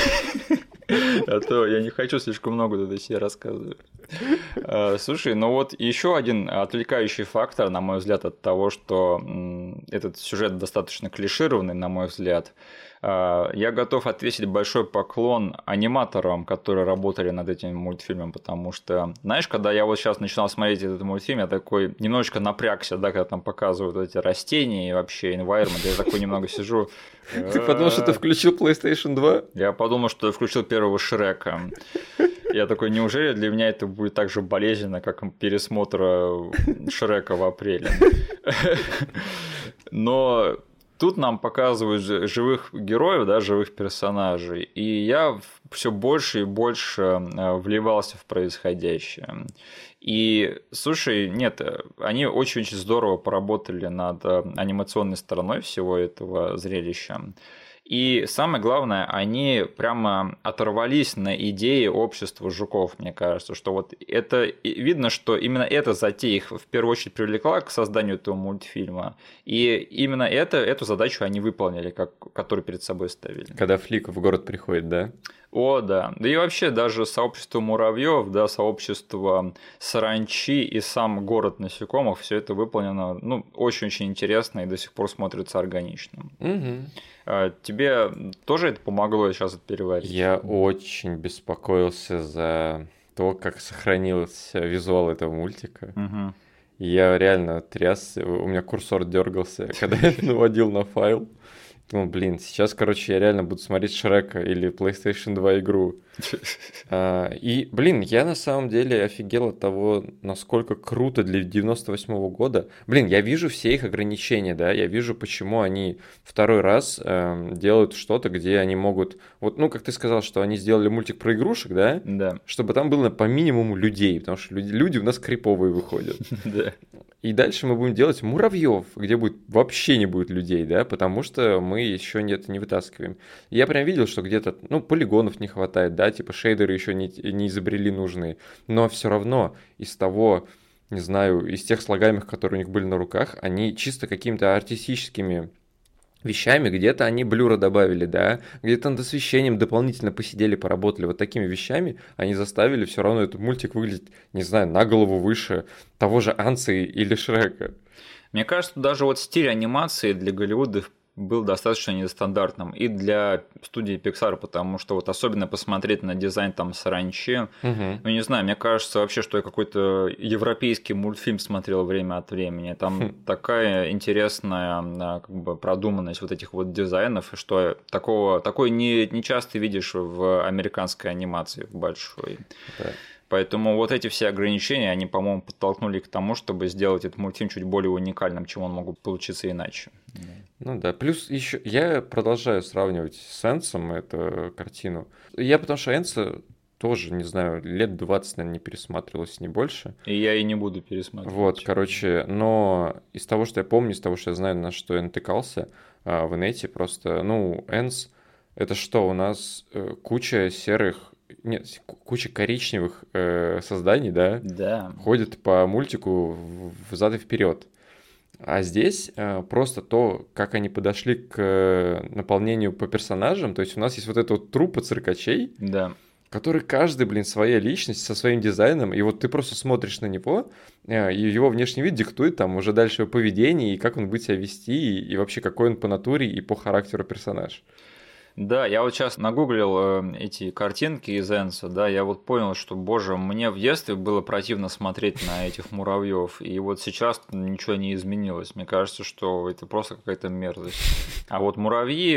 А то я не хочу слишком много тут о себе рассказывать. Слушай, ну вот еще один отвлекающий фактор, на мой взгляд, от того, что этот сюжет достаточно клишированный, на мой взгляд, Я готов отвесить большой поклон аниматорам, которые работали над этим мультфильмом, потому что, знаешь, когда я вот сейчас начинал смотреть этот мультфильм, я такой немножечко напрягся, да, когда там показывают эти растения и вообще environment, я такой немного сижу. Ты подумал, что ты включил PlayStation два? Я подумал, что я включил первого Шрека. Я такой, неужели для меня это будет так же болезненно, как пересмотр Шрека в апреле? Но тут нам показывают живых героев, да, живых персонажей, и я все больше и больше вливался в происходящее. И, слушай, нет, они очень-очень здорово поработали над анимационной стороной всего этого зрелища. И самое главное, они прямо оторвались на идее общества жуков, мне кажется, что вот это видно, что именно эта затея их в первую очередь привлекла к созданию этого мультфильма, и именно это, эту задачу они выполнили, как, которую перед собой ставили. Когда Флик в город приходит, да? О, да. Да и вообще даже сообщество муравьев, да, сообщество саранчи и сам город насекомых, все это выполнено, ну, очень-очень интересно и до сих пор смотрится органично. Угу. Тебе тоже это помогло сейчас это переварить? Я очень беспокоился за то, как сохранился визуал этого мультика. Угу. Я реально трясся, у меня курсор дергался, когда я наводил на файл. Думал, блин, сейчас, короче, я реально буду смотреть Шрека или PlayStation два игру. а, и, блин, я на самом деле офигел от того, насколько круто для девяносто восьмого года. Блин, я вижу все их ограничения, да, я вижу, почему они второй раз э, делают что-то, где они могут... Вот, ну, как ты сказал, что они сделали мультик про игрушек, да? Да. Чтобы там было по минимуму людей, потому что люди, люди у нас криповые выходят. Да. И дальше мы будем делать муравьев, где будет вообще не будет людей, да, потому что мы еще нет, не вытаскиваем. Я прям видел, что где-то, ну, полигонов не хватает, да, типа шейдеры еще не, не изобрели нужные, но все равно из того, не знаю, из тех слагаемых, которые у них были на руках, они чисто какими-то артистическими вещами, где-то они блюра добавили, да, где-то над освещением дополнительно посидели, поработали. Вот такими вещами они заставили все равно этот мультик выглядеть, не знаю, на голову выше того же Ансы или Шрека. Мне кажется, даже вот стиль анимации для Голливуда был достаточно нестандартным и для студии Pixar, потому что вот особенно посмотреть на дизайн там саранчи, угу. ну не знаю, мне кажется вообще, что я какой-то европейский мультфильм смотрел время от времени, там хм. такая интересная как бы продуманность вот этих вот дизайнов, что такого, такой не, не часто видишь в американской анимации в большой. Да. Поэтому вот эти все ограничения, они, по-моему, подтолкнули к тому, чтобы сделать этот мультфильм чуть более уникальным, чем он мог получиться иначе. Ну да, плюс еще я продолжаю сравнивать с Энсом эту картину. Я потому что Энса тоже, не знаю, лет двадцать, наверное, не пересматривалось, не больше. И я и не буду пересматривать. Вот, короче, но из того, что я помню, из того, что я знаю, на что я натыкался в инете, просто, ну, Энс, это что, у нас куча серых Нет, куча коричневых э, созданий, да, да, ходят по мультику взад и вперед. А здесь э, просто то, как они подошли к э, наполнению по персонажам, то есть у нас есть вот эта вот труппа циркачей, да. который каждый, блин, своя личность со своим дизайном, и вот ты просто смотришь на него, э, и его внешний вид диктует там уже дальше его поведение, и как он будет себя вести, и, и вообще какой он по натуре и по характеру персонаж. Да, я вот сейчас нагуглил эти картинки из Энса, да, я вот понял, что, боже, мне в детстве было противно смотреть на этих муравьев, и вот сейчас ничего не изменилось. Мне кажется, что это просто какая-то мерзость. А вот муравьи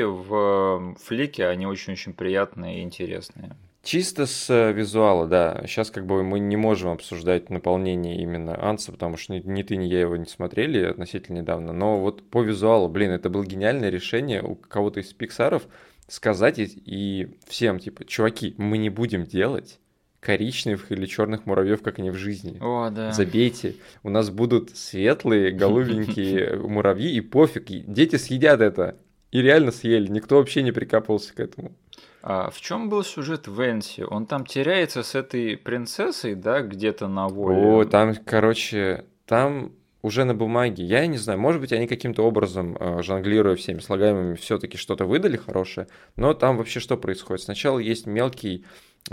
в Флике, они очень-очень приятные и интересные. Чисто с визуала, да. Сейчас как бы мы не можем обсуждать наполнение именно Анса, потому что ни, ни ты, ни я его не смотрели относительно недавно. Но вот по визуалу, блин, это было гениальное решение у кого-то из Пиксаров сказать и, и всем, типа, чуваки, мы не будем делать коричневых или черных муравьев, как они в жизни. О, да. Забейте. У нас будут светлые, голубенькие муравьи, и пофиг. Дети съедят это. И реально съели. Никто вообще не прикапывался к этому. А в чем был сюжет в Энсе? Он там теряется с этой принцессой, да, где-то на воле? О, там, короче, там уже на бумаге, я не знаю, может быть, они каким-то образом, жонглируя всеми слагаемыми, все-таки что-то выдали хорошее, но там вообще что происходит? Сначала есть мелкий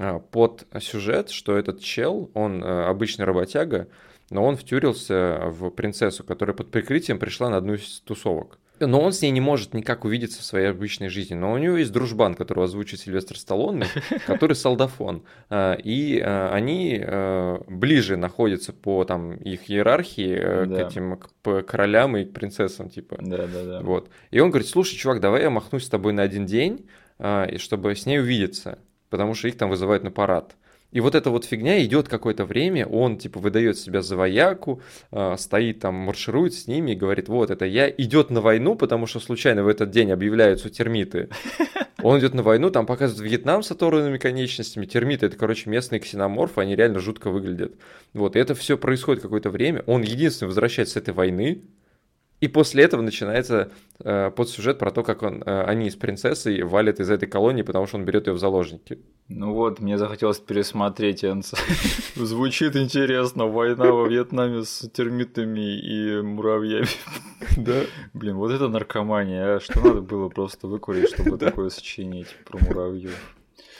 подсюжет, что этот чел, он обычный работяга, но он втюрился в принцессу, которая под прикрытием пришла на одну из тусовок. Но он с ней не может никак увидеться в своей обычной жизни. Но у него есть дружбан, которого озвучит Сильвестр Сталлоне, который солдафон. А, И а, они а, ближе находятся по там, их иерархии э, к Да. этим к п- королям и к принцессам, типа. Да, да, да. Вот. И он говорит: слушай, чувак, давай я махнусь с тобой на один день, а, и чтобы с ней увидеться, потому что их там вызывают на парад. И вот эта вот фигня идет какое-то время, он типа выдает себя за вояку, а, стоит там, марширует с ними и говорит: вот это я, идет на войну, потому что случайно в этот день объявляются термиты. Он идет на войну, там показывают Вьетнам с оторванными конечностями. Термиты — это, короче, местные ксеноморфы, они реально жутко выглядят. Вот, и это все происходит какое-то время. Он единственный возвращается с этой войны, и после этого начинается э, подсюжет про то, как он, э, они с принцессой валят из этой колонии, потому что он берет ее в заложники. Ну вот, мне захотелось пересмотреть Энца. Звучит интересно. Война во Вьетнаме с термитами и муравьями. Да. Блин, вот это наркомания, а что надо было просто выкурить, чтобы такое сочинить про муравьев.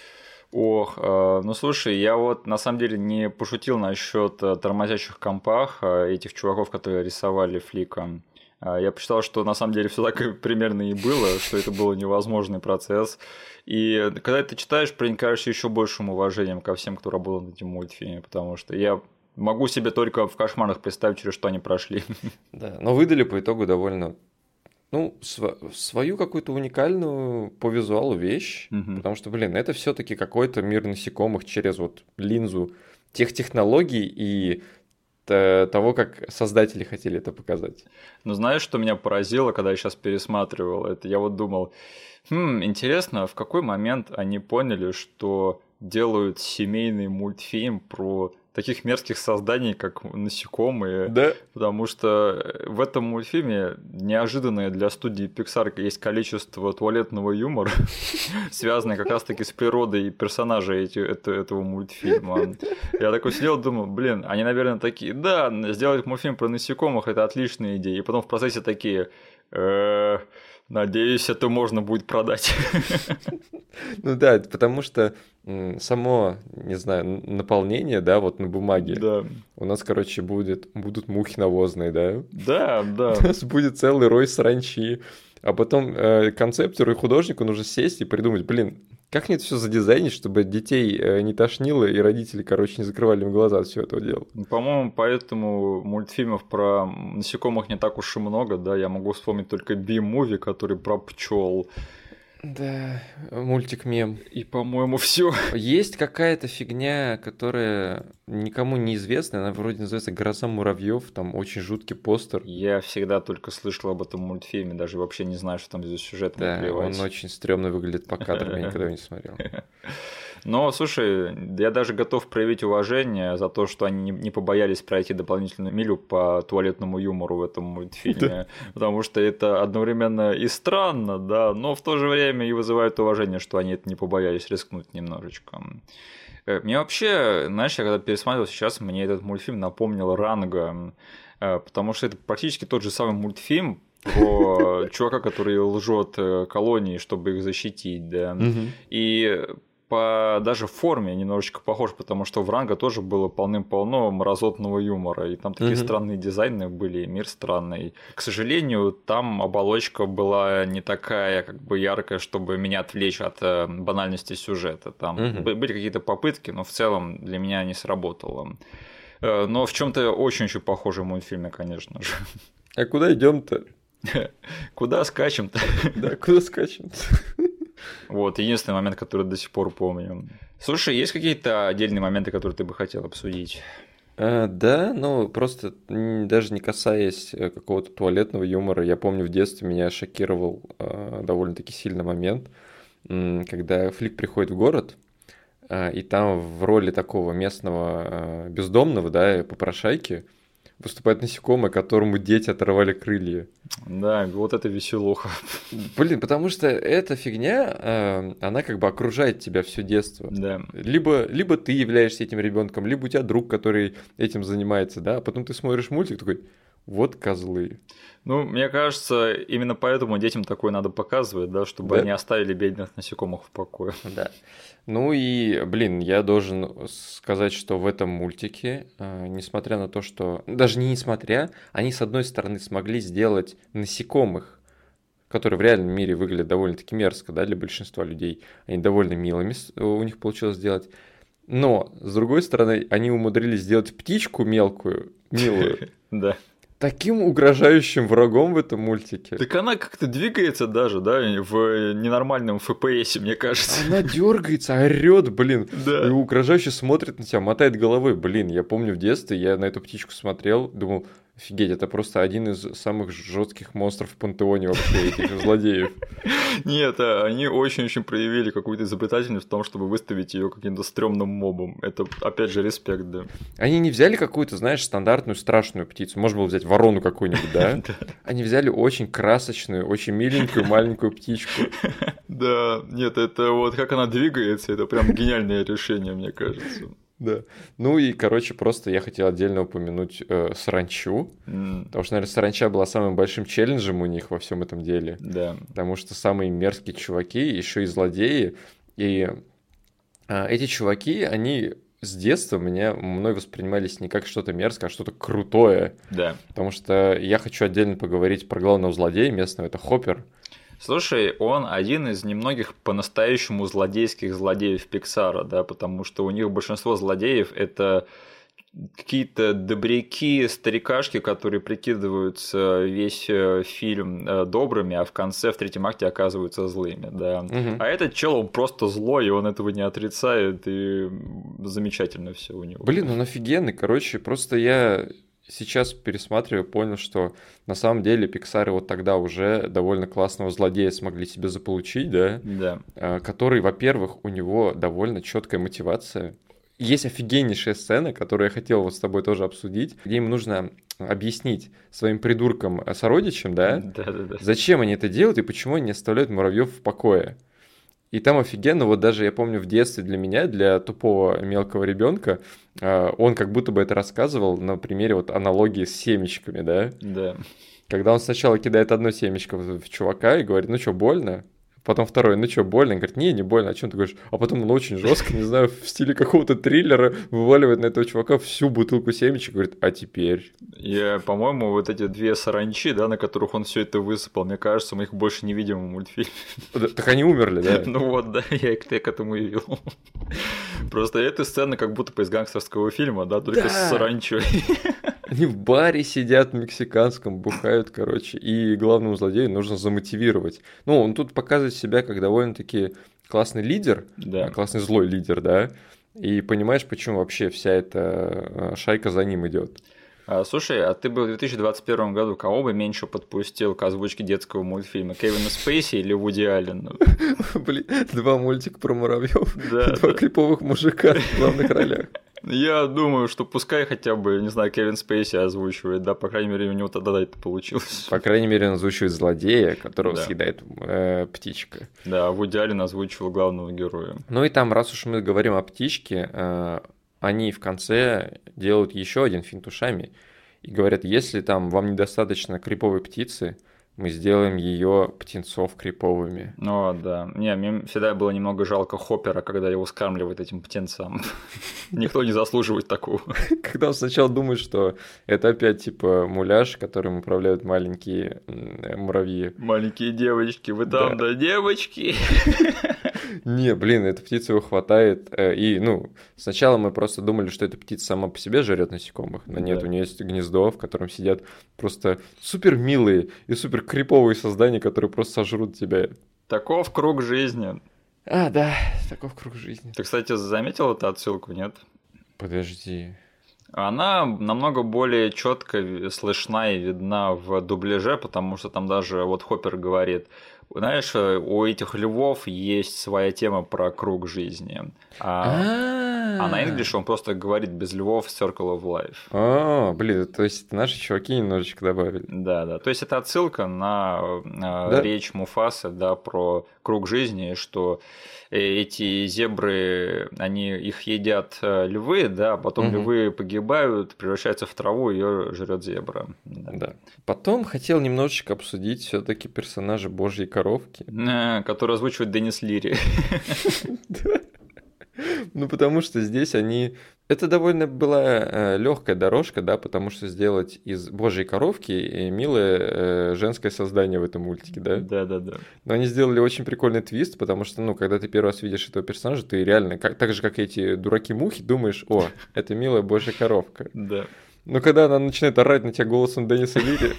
Ох, э, ну слушай, я вот на самом деле не пошутил насчет тормозящих компах, э, этих чуваков, которые рисовали фликом. Э, Я посчитал, что на самом деле все так и примерно и было, что это был невозможный процесс. И когда ты читаешь, проникаешься еще большим уважением ко всем, кто работал над этим мультфильме, потому что я могу себе только в кошмарах представить, через что они прошли. Да, но выдали по итогу довольно, ну, св- свою какую-то уникальную по визуалу вещь, Мгм. потому что, блин, это все-таки какой-то мир насекомых через вот линзу тех технологий и т- того, как создатели хотели это показать. Но знаешь, что меня поразило, когда я сейчас пересматривал это? Я вот думал, хм, интересно, в какой момент они поняли, что делают семейный мультфильм про таких мерзких созданий, как насекомые, Да. потому что в этом мультфильме неожиданное для студии Pixar есть количество туалетного юмора, связанное как раз-таки с природой и персонажей эти- это- этого мультфильма. Я такой сидел и думал, блин, они, наверное, такие, да, сделать мультфильм про насекомых — это отличная идея. И потом в процессе такие, «Э, надеюсь, это можно будет продать. Ну да, это потому что м, само, не знаю, н- наполнение, да, вот на бумаге, Да, у нас, короче, будет, будут мухи навозные, да, да, да. у нас будет целый рой саранчи, а потом э, концептору и художнику нужно сесть и придумать, блин, как мне это все задизайнить, чтобы детей э, не тошнило и родители, короче, не закрывали им глаза от всего этого дела. Ну, По-моему, поэтому мультфильмов про насекомых не так уж и много, да. Я могу вспомнить только Би-муви, который про пчел. Да, мультик-мем. И, по-моему, все. Есть какая-то фигня, которая никому не известна, она вроде называется «Гроза муравьев», там очень жуткий постер. Я всегда только слышал об этом мультфильме, даже вообще не знаю, что там за сюжет, мне Да, плевать. он очень стрёмно выглядит по кадрам, я никогда его не смотрел. Но, слушай, я даже готов проявить уважение за то, что они не- не побоялись пройти дополнительную милю по туалетному юмору в этом мультфильме, потому что это одновременно и странно, да, но в то же время и вызывает уважение, что они это не побоялись рискнуть немножечко. Э, Мне вообще, знаешь, я когда пересматривал сейчас, мне этот мультфильм напомнил Ранго, э, потому что это практически тот же самый мультфильм про чувака, который лжет э, колонии, чтобы их защитить, да. Мгм. И по даже форме немножечко похож, потому что в Ранго тоже было полным-полно мразотного юмора, и там такие Мгм. странные дизайны были, и мир странный. К сожалению, там оболочка была не такая как бы яркая, чтобы меня отвлечь от э, банальности сюжета. Там Мгм. бы- были какие-то попытки, но в целом для меня не сработало. Э, Но в чем-то очень-очень похожий мультфильме, конечно же. А куда идем-то? Куда скачем-то? Да, куда скачем? Вот, единственный момент, который до сих пор помню. Слушай, есть какие-то отдельные моменты, которые ты бы хотел обсудить? А, да, ну просто м, даже не касаясь э, какого-то туалетного юмора, я помню в детстве меня шокировал а, довольно-таки сильный момент, м, когда Флик приходит в город, а, и там в роли такого местного а, бездомного, да, попрошайки выступает насекомое, которому дети оторвали крылья. Да, вот это веселуха. Блин, потому что эта фигня, а, она как бы окружает тебя все детство. Да. Либо, либо ты являешься этим ребенком, либо у тебя друг, который этим занимается, да, а потом ты смотришь мультик, такой, вот козлы. Ну, мне кажется, именно поэтому детям такое надо показывать, да, чтобы Да. они оставили бедных насекомых в покое. Да. Ну и, блин, я должен сказать, что в этом мультике, а, несмотря на то, что... Даже не несмотря, они, с одной стороны, смогли сделать насекомых которые в реальном мире выглядят довольно-таки мерзко, да, для большинства людей. Они довольно милыми у них получилось сделать. Но, с другой стороны, они умудрились сделать птичку мелкую, милую. Да. Таким угрожающим врагом в этом мультике. Так она как-то двигается даже, да, в ненормальном эф пи эс, мне кажется. Она дергается, орет, блин. Да. И угрожающе смотрит на тебя, мотает головой. Блин, я помню в детстве, я на эту птичку смотрел, думал, офигеть, это просто один из самых жестких монстров в пантеоне вообще, этих злодеев. Нет, они очень-очень проявили какую-то изобретательность в том, чтобы выставить ее каким-то стрёмным мобом. Это, опять же, респект, да. Они не взяли какую-то, знаешь, стандартную страшную птицу. Можно было взять ворону какую-нибудь, да? Они взяли очень красочную, очень миленькую маленькую птичку. Да, нет, это вот как она двигается, это прям гениальное решение, мне кажется. Да. Ну и, короче, просто я хотел отдельно упомянуть э, саранчу, mm. потому что, наверное, саранча была самым большим челленджем у них во всем этом деле. Да. Потому что самые мерзкие чуваки, еще и злодеи. И э, эти чуваки, они с детства меня мной воспринимались не как что-то мерзкое, а что-то крутое. Да. Потому что я хочу отдельно поговорить про главного злодея местного, это Хоппер. Слушай, он один из немногих по-настоящему злодейских злодеев Пиксара, да, потому что у них большинство злодеев это какие-то добряки, старикашки, которые прикидываются весь фильм добрыми, а в конце, в третьем акте оказываются злыми, да. Угу. А этот чел, он просто злой, и он этого не отрицает, и замечательно все у него. Блин, он офигенный, короче, просто я... Сейчас, пересматривая, понял, что на самом деле Pixar вот тогда уже довольно классного злодея смогли себе заполучить, да? Да. Который, во-первых, у него довольно четкая мотивация. Есть офигеннейшая сцена, которую я хотел вот с тобой тоже обсудить, где им нужно объяснить своим придуркам-сородичам, да? Да-да-да. Зачем они это делают и почему они не оставляют муравьев в покое. И там офигенно, вот даже я помню в детстве для меня, для тупого мелкого ребенка, он как будто бы это рассказывал на примере вот аналогии с семечками, да? Да. Когда он сначала кидает одно семечко в чувака и говорит, ну что, больно? Потом второй, ну что, больно? Он говорит, не, не больно, о чем ты говоришь? А потом он очень жестко, не знаю, в стиле какого-то триллера вываливает на этого чувака всю бутылку семечек и говорит, а теперь? Я, по-моему, вот эти две саранчи, да, на которых он все это высыпал, мне кажется, мы их больше не видим в мультфильме. Так они умерли, да? Ну вот, да, я к этому и вел. Просто эта сцена как будто бы из гангстерского фильма, да, только с саранчой. Они в баре сидят мексиканском, бухают, короче, и главному злодею нужно замотивировать. Ну, он тут показывает себя как довольно-таки классный лидер, да. классный злой лидер, да, и понимаешь, почему вообще вся эта шайка за ним идет. А, слушай, а ты бы в две тысячи двадцать первом году кого бы меньше подпустил к озвучке детского мультфильма? Кевина Спейси или Вуди Аллена? Блин, два мультика про муравьев, да, два да. клиповых мужика в главных ролях. Я думаю, что пускай хотя бы, не знаю, Кевин Спейси озвучивает, да, по крайней мере, у него тогда это получилось. По крайней мере, он озвучивает злодея, которого да. съедает э, птичка. Да, Вуди Аллен озвучивал главного героя. Ну и там, раз уж мы говорим о птичке, э, они в конце делают еще один финт ушами и говорят, если там вам недостаточно криповой птицы, мы сделаем ее птенцов криповыми. Ну да. Не, мне всегда было немного жалко Хоппера, когда его скармливают этим птенцам. Никто не заслуживает такого. Когда он сначала думает, что это опять типа муляж, которым управляют маленькие муравьи. Маленькие девочки, вы там, да, девочки. Не, блин, эта птица его хватает. И, ну, сначала мы просто думали, что эта птица сама по себе жрет насекомых. Но нет, да. у нее есть гнездо, в котором сидят просто супер милые и супер криповые создания, которые просто сожрут тебя. Таков круг жизни. А, да, таков круг жизни. Ты, кстати, заметил эту отсылку, нет? Подожди. Она намного более четко слышна и видна в дубляже, потому что там даже вот Хоппер говорит, знаешь, у этих львов есть своя тема про круг жизни. А, а на инглише он просто говорит без львов Circle of Life. А, блин, то есть наши чуваки немножечко добавили. Да, да. То есть это отсылка на да? речь Муфасы, да, про круг жизни, что эти зебры, они их едят львы, да, а потом угу. львы погибают, превращаются в траву, ее жрет зебра. Да. да. Потом хотел немножечко обсудить все-таки персонажа Божьей коровки, который озвучивает Деннис Лири. Ну, потому что здесь они Это довольно была э, легкая дорожка, да, потому что сделать из божьей коровки э, милое э, женское создание в этом мультике, да. Да-да-да. Но они сделали очень прикольный твист, потому что, ну, когда ты первый раз видишь этого персонажа, ты реально, как, так же, как эти дураки-мухи, думаешь, о, это милая божья коровка. Да. Но когда она начинает орать на тебя голосом Денниса Лири...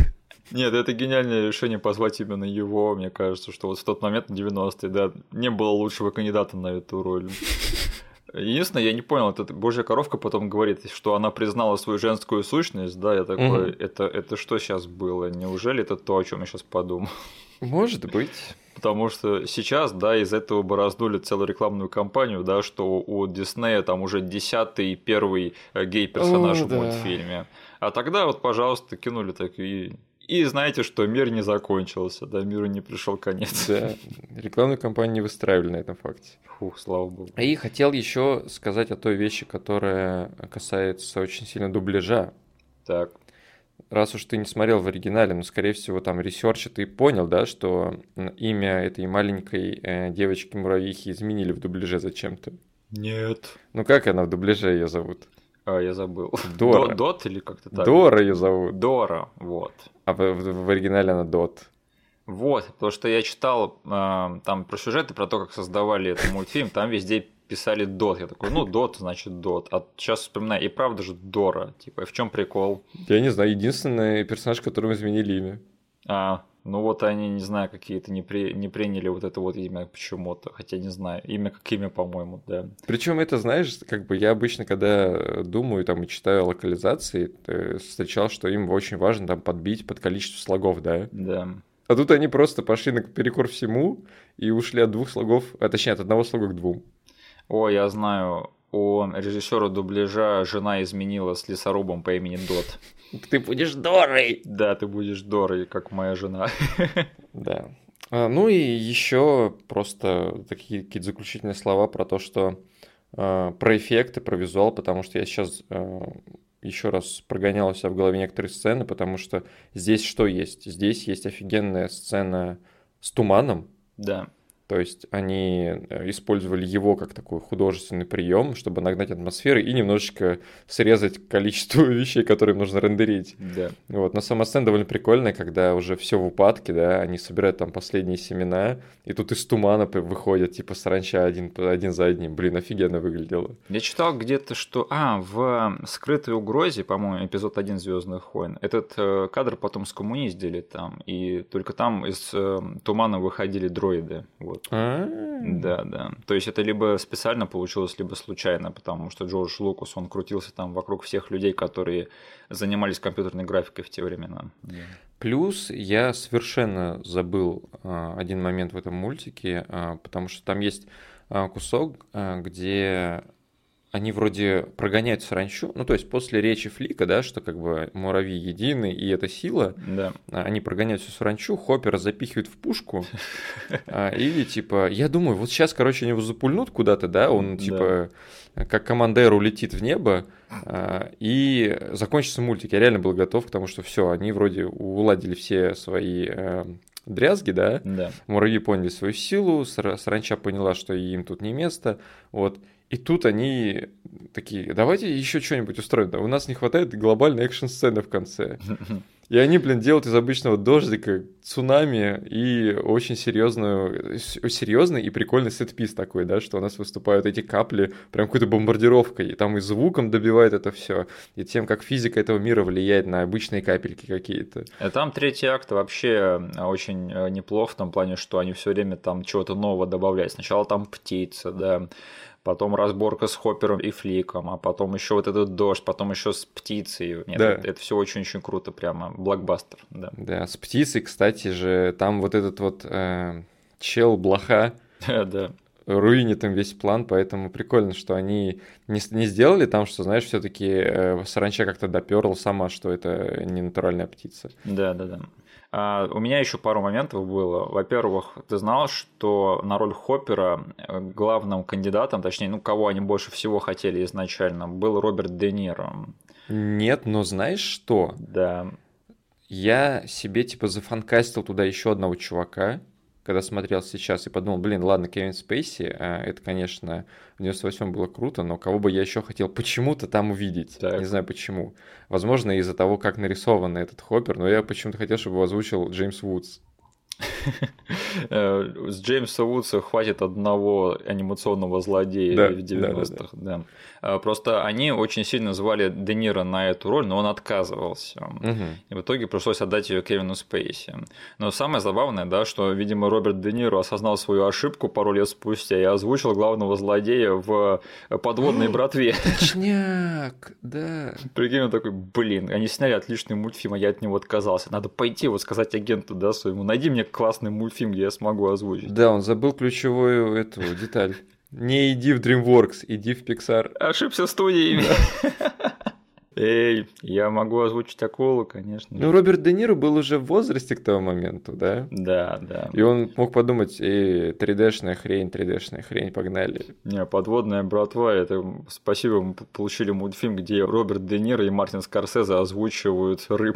Нет, это гениальное решение позвать именно его, мне кажется, что вот в тот момент, на девяностые, да, не было лучшего кандидата на эту роль. Единственное, я не понял, это божья коровка потом говорит, что она признала свою женскую сущность, да, я такой, Мгм. это, это что сейчас было? Неужели это то, о чем я сейчас подумал? Может быть. Потому что сейчас, да, из этого бы раздули целую рекламную кампанию, да, что у Диснея там уже десятый первый э, гей-персонаж О, в да. мультфильме. А тогда вот, пожалуйста, кинули так и... И знаете, что мир не закончился, да, миру не пришел конец. Да, рекламную кампанию не выстраивали на этом факте. Фух, слава богу. И хотел еще сказать о той вещи, которая касается очень сильно дубляжа. Так, Раз уж ты не смотрел в оригинале, но, скорее всего, там ресерча ты понял, да, что м, имя этой маленькой э, девочки-муравьихи изменили в дубляже зачем-то. нет. Ну как она в дубляже ее зовут? А, я забыл. Дора. До- Дот или как-то так? Дора ее зовут. Дора, вот. А в, в- в оригинале она Дот. Вот, потому что я читал э, там про сюжеты, про то, как создавали этот мультфильм, там везде писали Дот. Я такой, ну, Дот, значит, Дот. А сейчас вспоминаю, и правда же Дора. Типа, в чем прикол? Я не знаю, единственный персонаж, которому изменили имя. А, ну вот они, не знаю, какие-то не, при... не приняли вот это вот имя почему-то. Хотя не знаю, имя как имя, по-моему, да. Причем это, знаешь, как бы я обычно, когда думаю там и читаю локализации, э, встречал, что им очень важно там подбить под количество слогов, да. Да. А тут они просто пошли наперекор всему и ушли от двух слогов, а точнее от одного слога к двум. О, я знаю, у режиссера дубляжа жена изменила с лесорубом по имени Дот. Ты будешь Дорой! Да, ты будешь Дорой, как моя жена. Да. А, ну и еще просто такие какие-то заключительные слова про то, что э, про эффекты, про визуал, потому что я сейчас э, еще раз прогонял у себя в голове некоторые сцены, потому что здесь что есть? Здесь есть офигенная сцена с туманом. Да. То есть они э, использовали его как такой художественный прием, чтобы нагнать атмосферу и немножечко срезать количество вещей, которые им нужно рендерить. Да. Вот. Но сама сцена довольно прикольная, когда уже все в упадке, да, они собирают там последние семена, и тут из тумана п- выходят типа саранча один, один за одним. Блин, офигенно выглядело. Я читал где-то, что... А, в «Скрытой угрозе», по-моему, эпизод один «Звездных войн», этот э, кадр потом скоммуниздили там, и только там из э, тумана выходили дроиды. Вот. А. Да, да. То есть это либо специально получилось, либо случайно, потому что Джордж Лукас, он крутился там вокруг всех людей, которые занимались компьютерной графикой в те времена. Да. Плюс я совершенно забыл а, один момент в этом мультике, а, потому что там есть а, кусок, а, где они вроде прогоняют саранчу, ну то есть после речи Флика, да, что как бы муравьи едины и это сила, Да. а, они прогоняют всю саранчу, Хоппера запихивают в пушку, а, и типа, я думаю, вот сейчас, короче, они его запульнут куда-то, да, он Да. типа как командир улетит в небо, а, и закончится мультик. Я реально был готов к тому, что все, они вроде уладили все свои э, дрязги, да, Да. муравьи поняли свою силу, сара- саранча поняла, что им тут не место, вот. И тут они такие, давайте еще что-нибудь устроим, да, у нас не хватает глобальной экшн-сцены в конце. И они, блин, делают из обычного дождика цунами и очень серьезную, серьезный и прикольный сетпис такой, да, что у нас выступают эти капли прям какой-то бомбардировкой, и там и звуком добивает это все, и тем, как физика этого мира влияет на обычные капельки какие-то. А там третий акт вообще очень э, неплох в том плане, что они все время там чего-то нового добавляют. Сначала там птица, да, потом разборка с Хоппером и Фликом, а потом еще вот этот дождь, потом еще с птицей. Нет, Да. это, это все очень-очень круто, прямо блокбастер, да. Да, с птицей, кстати же, там вот этот вот э, чел-блоха Да. руинит им весь план, поэтому прикольно, что они не, с- не сделали там, что, знаешь, все-таки э, саранча как-то доперла сама, что это не натуральная птица. Да, да, да. А, у меня еще пару моментов было. Во-первых, ты знал, что на роль Хоппера э, главным кандидатом, точнее, ну, кого они больше всего хотели изначально, был Роберт Де Ниро. Нет, но знаешь что? Да. Я себе типа зафанкастил туда еще одного чувака, когда смотрел сейчас и подумал, блин, ладно, Кевин Спейси, это, конечно, в девяносто восьмом было круто, но кого бы я еще хотел почему-то там увидеть. Так. Не знаю почему. Возможно, из-за того, как нарисован этот Хоппер, но я почему-то хотел, чтобы его озвучил Джеймс Вудс. С Джеймса Вудса хватит одного анимационного злодея да, в девяностых. Да, да, да. Просто они очень сильно звали Де Ниро на эту роль, но он отказывался. Угу. И в итоге пришлось отдать ее Кевину Спейси. Но самое забавное, да, что, видимо, Роберт Де Ниро осознал свою ошибку пару лет спустя и озвучил главного злодея в «Подводной братве». Точняк, да. Прикинь, он такой, блин, они сняли отличный мультфильм, а я от него отказался. Надо пойти вот сказать агенту, да, своему, найди мне классный мультфильм, где я смогу озвучить. Да, он забыл ключевую эту деталь. Не иди в DreamWorks, иди в Pixar. Ошибся студиями. Эй, я могу озвучить акулу, конечно. Ну, Роберт Де Ниро был уже в возрасте к тому моменту, да? Да, да. И он мог подумать, эй, три дэ-шная хрень, три дэ-шная хрень, погнали. Не, «Подводная братва», это спасибо, мы получили мультфильм, где Роберт Де Ниро и Мартин Скорсезе озвучивают рыб.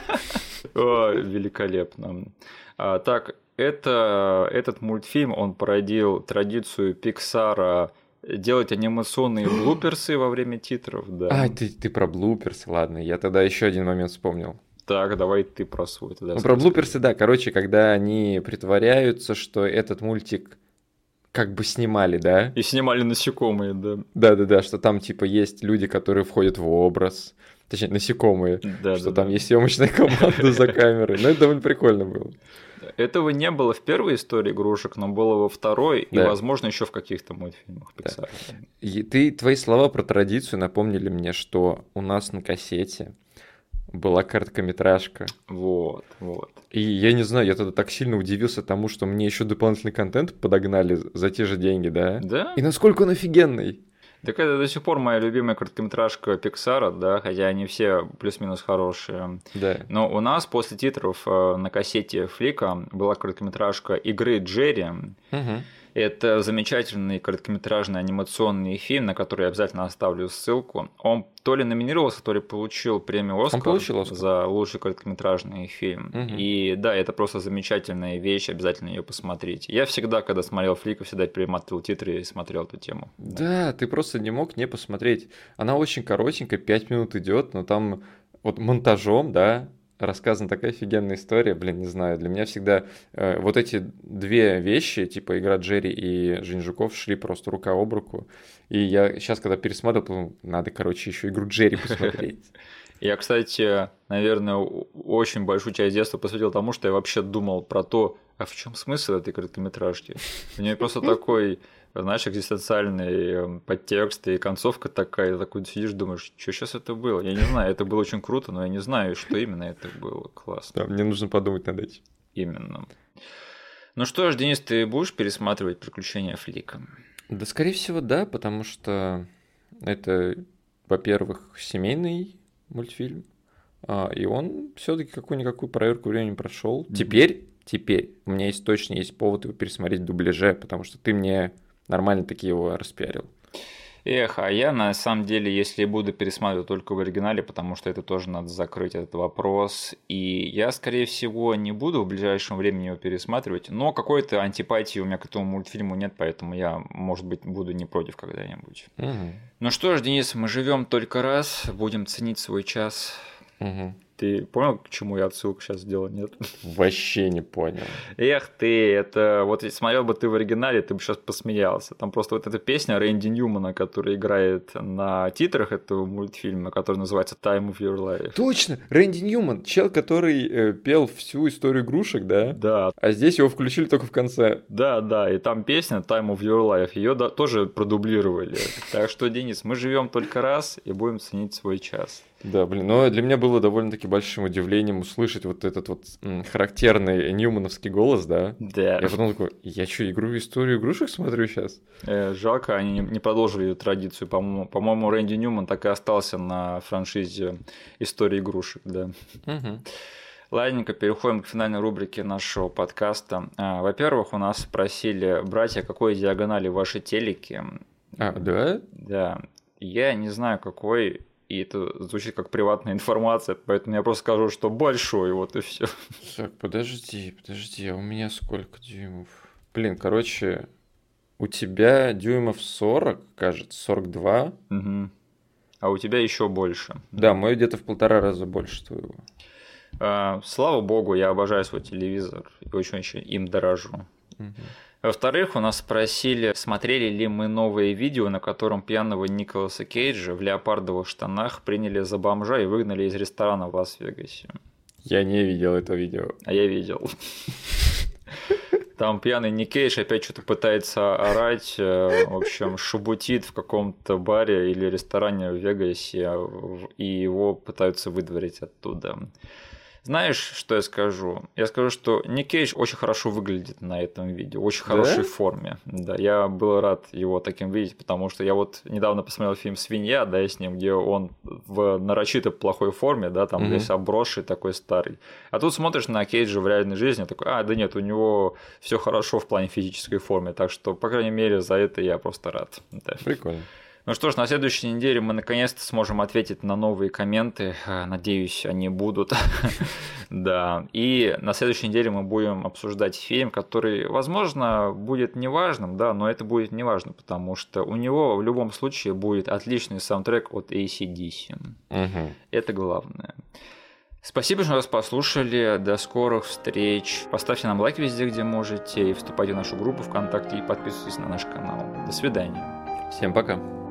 О, великолепно. А, так, это, этот мультфильм, он породил традицию Пиксара делать анимационные блуперсы во время титров, да. А, ты, ты про блуперсы, ладно, я тогда еще один момент вспомнил. Так, давай ты про свой тогда. Ну, про блуперсы, да, короче, когда они притворяются, что этот мультик как бы снимали, да? И снимали насекомые, да. Да-да-да, что там типа есть люди, которые входят в образ, точнее, насекомые, да, что да, там да. есть съемочная команда за камерой, ну это довольно прикольно было. Этого не было в первой истории игрушек, но было во второй да. и, возможно, еще в каких-то мультфильмах Pixar. Да. И ты, твои слова про традицию напомнили мне, что у нас на кассете была короткометражка. Вот, вот. И я не знаю, я тогда так сильно удивился тому, что мне еще дополнительный контент подогнали за те же деньги, да? Да. И насколько он офигенный. Так это до сих пор моя любимая короткометражка Пиксара, да, хотя они все плюс-минус хорошие. Да. Но у нас после титров на кассете Флика была короткометражка «Игры Джерри». Угу. Это замечательный короткометражный анимационный фильм, на который я обязательно оставлю ссылку. Он то ли номинировался, то ли получил премию «Оскар» за лучший короткометражный фильм. Угу. И да, это просто замечательная вещь, обязательно ее посмотрите. Я всегда, когда смотрел Флика, всегда перематывал титры и смотрел эту тему. Да, ты просто не мог не посмотреть. Она очень коротенькая, пять минут идет, но там вот монтажом, да, рассказана такая офигенная история, блин, не знаю, для меня всегда э, вот эти две вещи, типа игра Джерри и Жень Жуков, шли просто рука об руку, и я сейчас, когда пересматривал, подумал, надо, короче, еще игру Джерри посмотреть. Я, кстати, наверное, очень большую часть детства посвятил тому, что я вообще думал про то, а в чем смысл этой короткометражки? У нее просто такой, знаешь, экзистенциальный подтекст и концовка такая, такой сидишь, думаешь, что сейчас это было? Я не знаю, это было очень круто, но я не знаю, что именно это было. Классно. Да, мне нужно подумать над этим. Именно. Ну что ж, Денис, ты будешь пересматривать «Приключения Флика»? Да, скорее всего, да, потому что это, во-первых, семейный мультфильм, а, и он все-таки какую-никакую проверку времени прошел. Mm-hmm. Теперь, теперь у меня есть точно есть повод его пересмотреть в дубляже, потому что ты мне нормально таки его распиарил. Эх, а я на самом деле, если буду пересматривать только в оригинале, потому что это тоже надо закрыть этот вопрос, и я, скорее всего, не буду в ближайшем времени его пересматривать, но какой-то антипатии у меня к этому мультфильму нет, поэтому я, может быть, буду не против когда-нибудь. Угу. Ну что ж, Денис, мы живем только раз, будем ценить свой час. Угу. Ты понял, к чему я отсылку сейчас сделал, нет? Вообще не понял. Эх ты, это... Вот смотрел бы ты в оригинале, ты бы сейчас посмеялся. Там просто вот эта песня Рэнди Ньюмана, которая играет на титрах этого мультфильма, который называется «Time of Your Life». Точно! Рэнди Ньюман, чел, который э, пел всю историю игрушек, да? Да. А здесь его включили только в конце. Да, да, и там песня «Time of Your Life», ее да, тоже продублировали. Так что, Денис, мы живем только раз и будем ценить свой час. Да, блин, но для меня было довольно-таки большим удивлением услышать вот этот вот м, характерный ньюмановский голос, да? Да. Я потом такой, я что, игру историю игрушек смотрю сейчас? Э, жалко, они не продолжили ее традицию. По-моему, по-моему, Рэнди Ньюман так и остался на франшизе истории игрушек, да. Угу. Ладненько, переходим к финальной рубрике нашего подкаста. Во-первых, у нас спросили, братья, какой диагонали ваши телеки? А, да? Да. Я не знаю, какой... и это звучит как приватная информация, поэтому я просто скажу, что большой, вот и все. Так, подожди, подожди, а у меня сколько дюймов? Блин, короче, у тебя дюймов сорок, кажется, сорок два. Угу. А у тебя еще больше. Да, мой где-то в полтора раза больше твоего. А, слава богу, я обожаю свой телевизор и очень-очень им дорожу. Угу. Во-вторых, у нас спросили, смотрели ли мы новое видео, на котором пьяного Николаса Кейджа в леопардовых штанах приняли за бомжа и выгнали из ресторана в Лас-Вегасе. Я не видел это видео. А я видел. Там пьяный Ник Кейдж опять что-то пытается орать, в общем, шебутит в каком-то баре или ресторане в Вегасе, и его пытаются выдворить оттуда. Знаешь, что я скажу? Я скажу, что Ник Кейдж очень хорошо выглядит на этом видео, очень Да? хорошей форме. Да, я был рад его таким видеть, потому что я вот недавно посмотрел фильм «Свинья», да, с ним, где он в нарочито плохой форме, да, там Мгм. весь обросший такой старый. А тут смотришь на Кейджа в реальной жизни, такой, а, да нет, у него все хорошо в плане физической формы, так что, по крайней мере, за это я просто рад. Да. Прикольно. Ну что ж, на следующей неделе мы наконец-то сможем ответить на новые комменты. Надеюсь, они будут. Да. И на следующей неделе мы будем обсуждать фильм, который, возможно, будет неважным, да, но это будет неважно, потому что у него в любом случае будет отличный саундтрек от эй си ди си. Угу. Это главное. Спасибо, что нас послушали. До скорых встреч. Поставьте нам лайк везде, где можете, и вступайте в нашу группу ВКонтакте и подписывайтесь на наш канал. До свидания. Всем пока.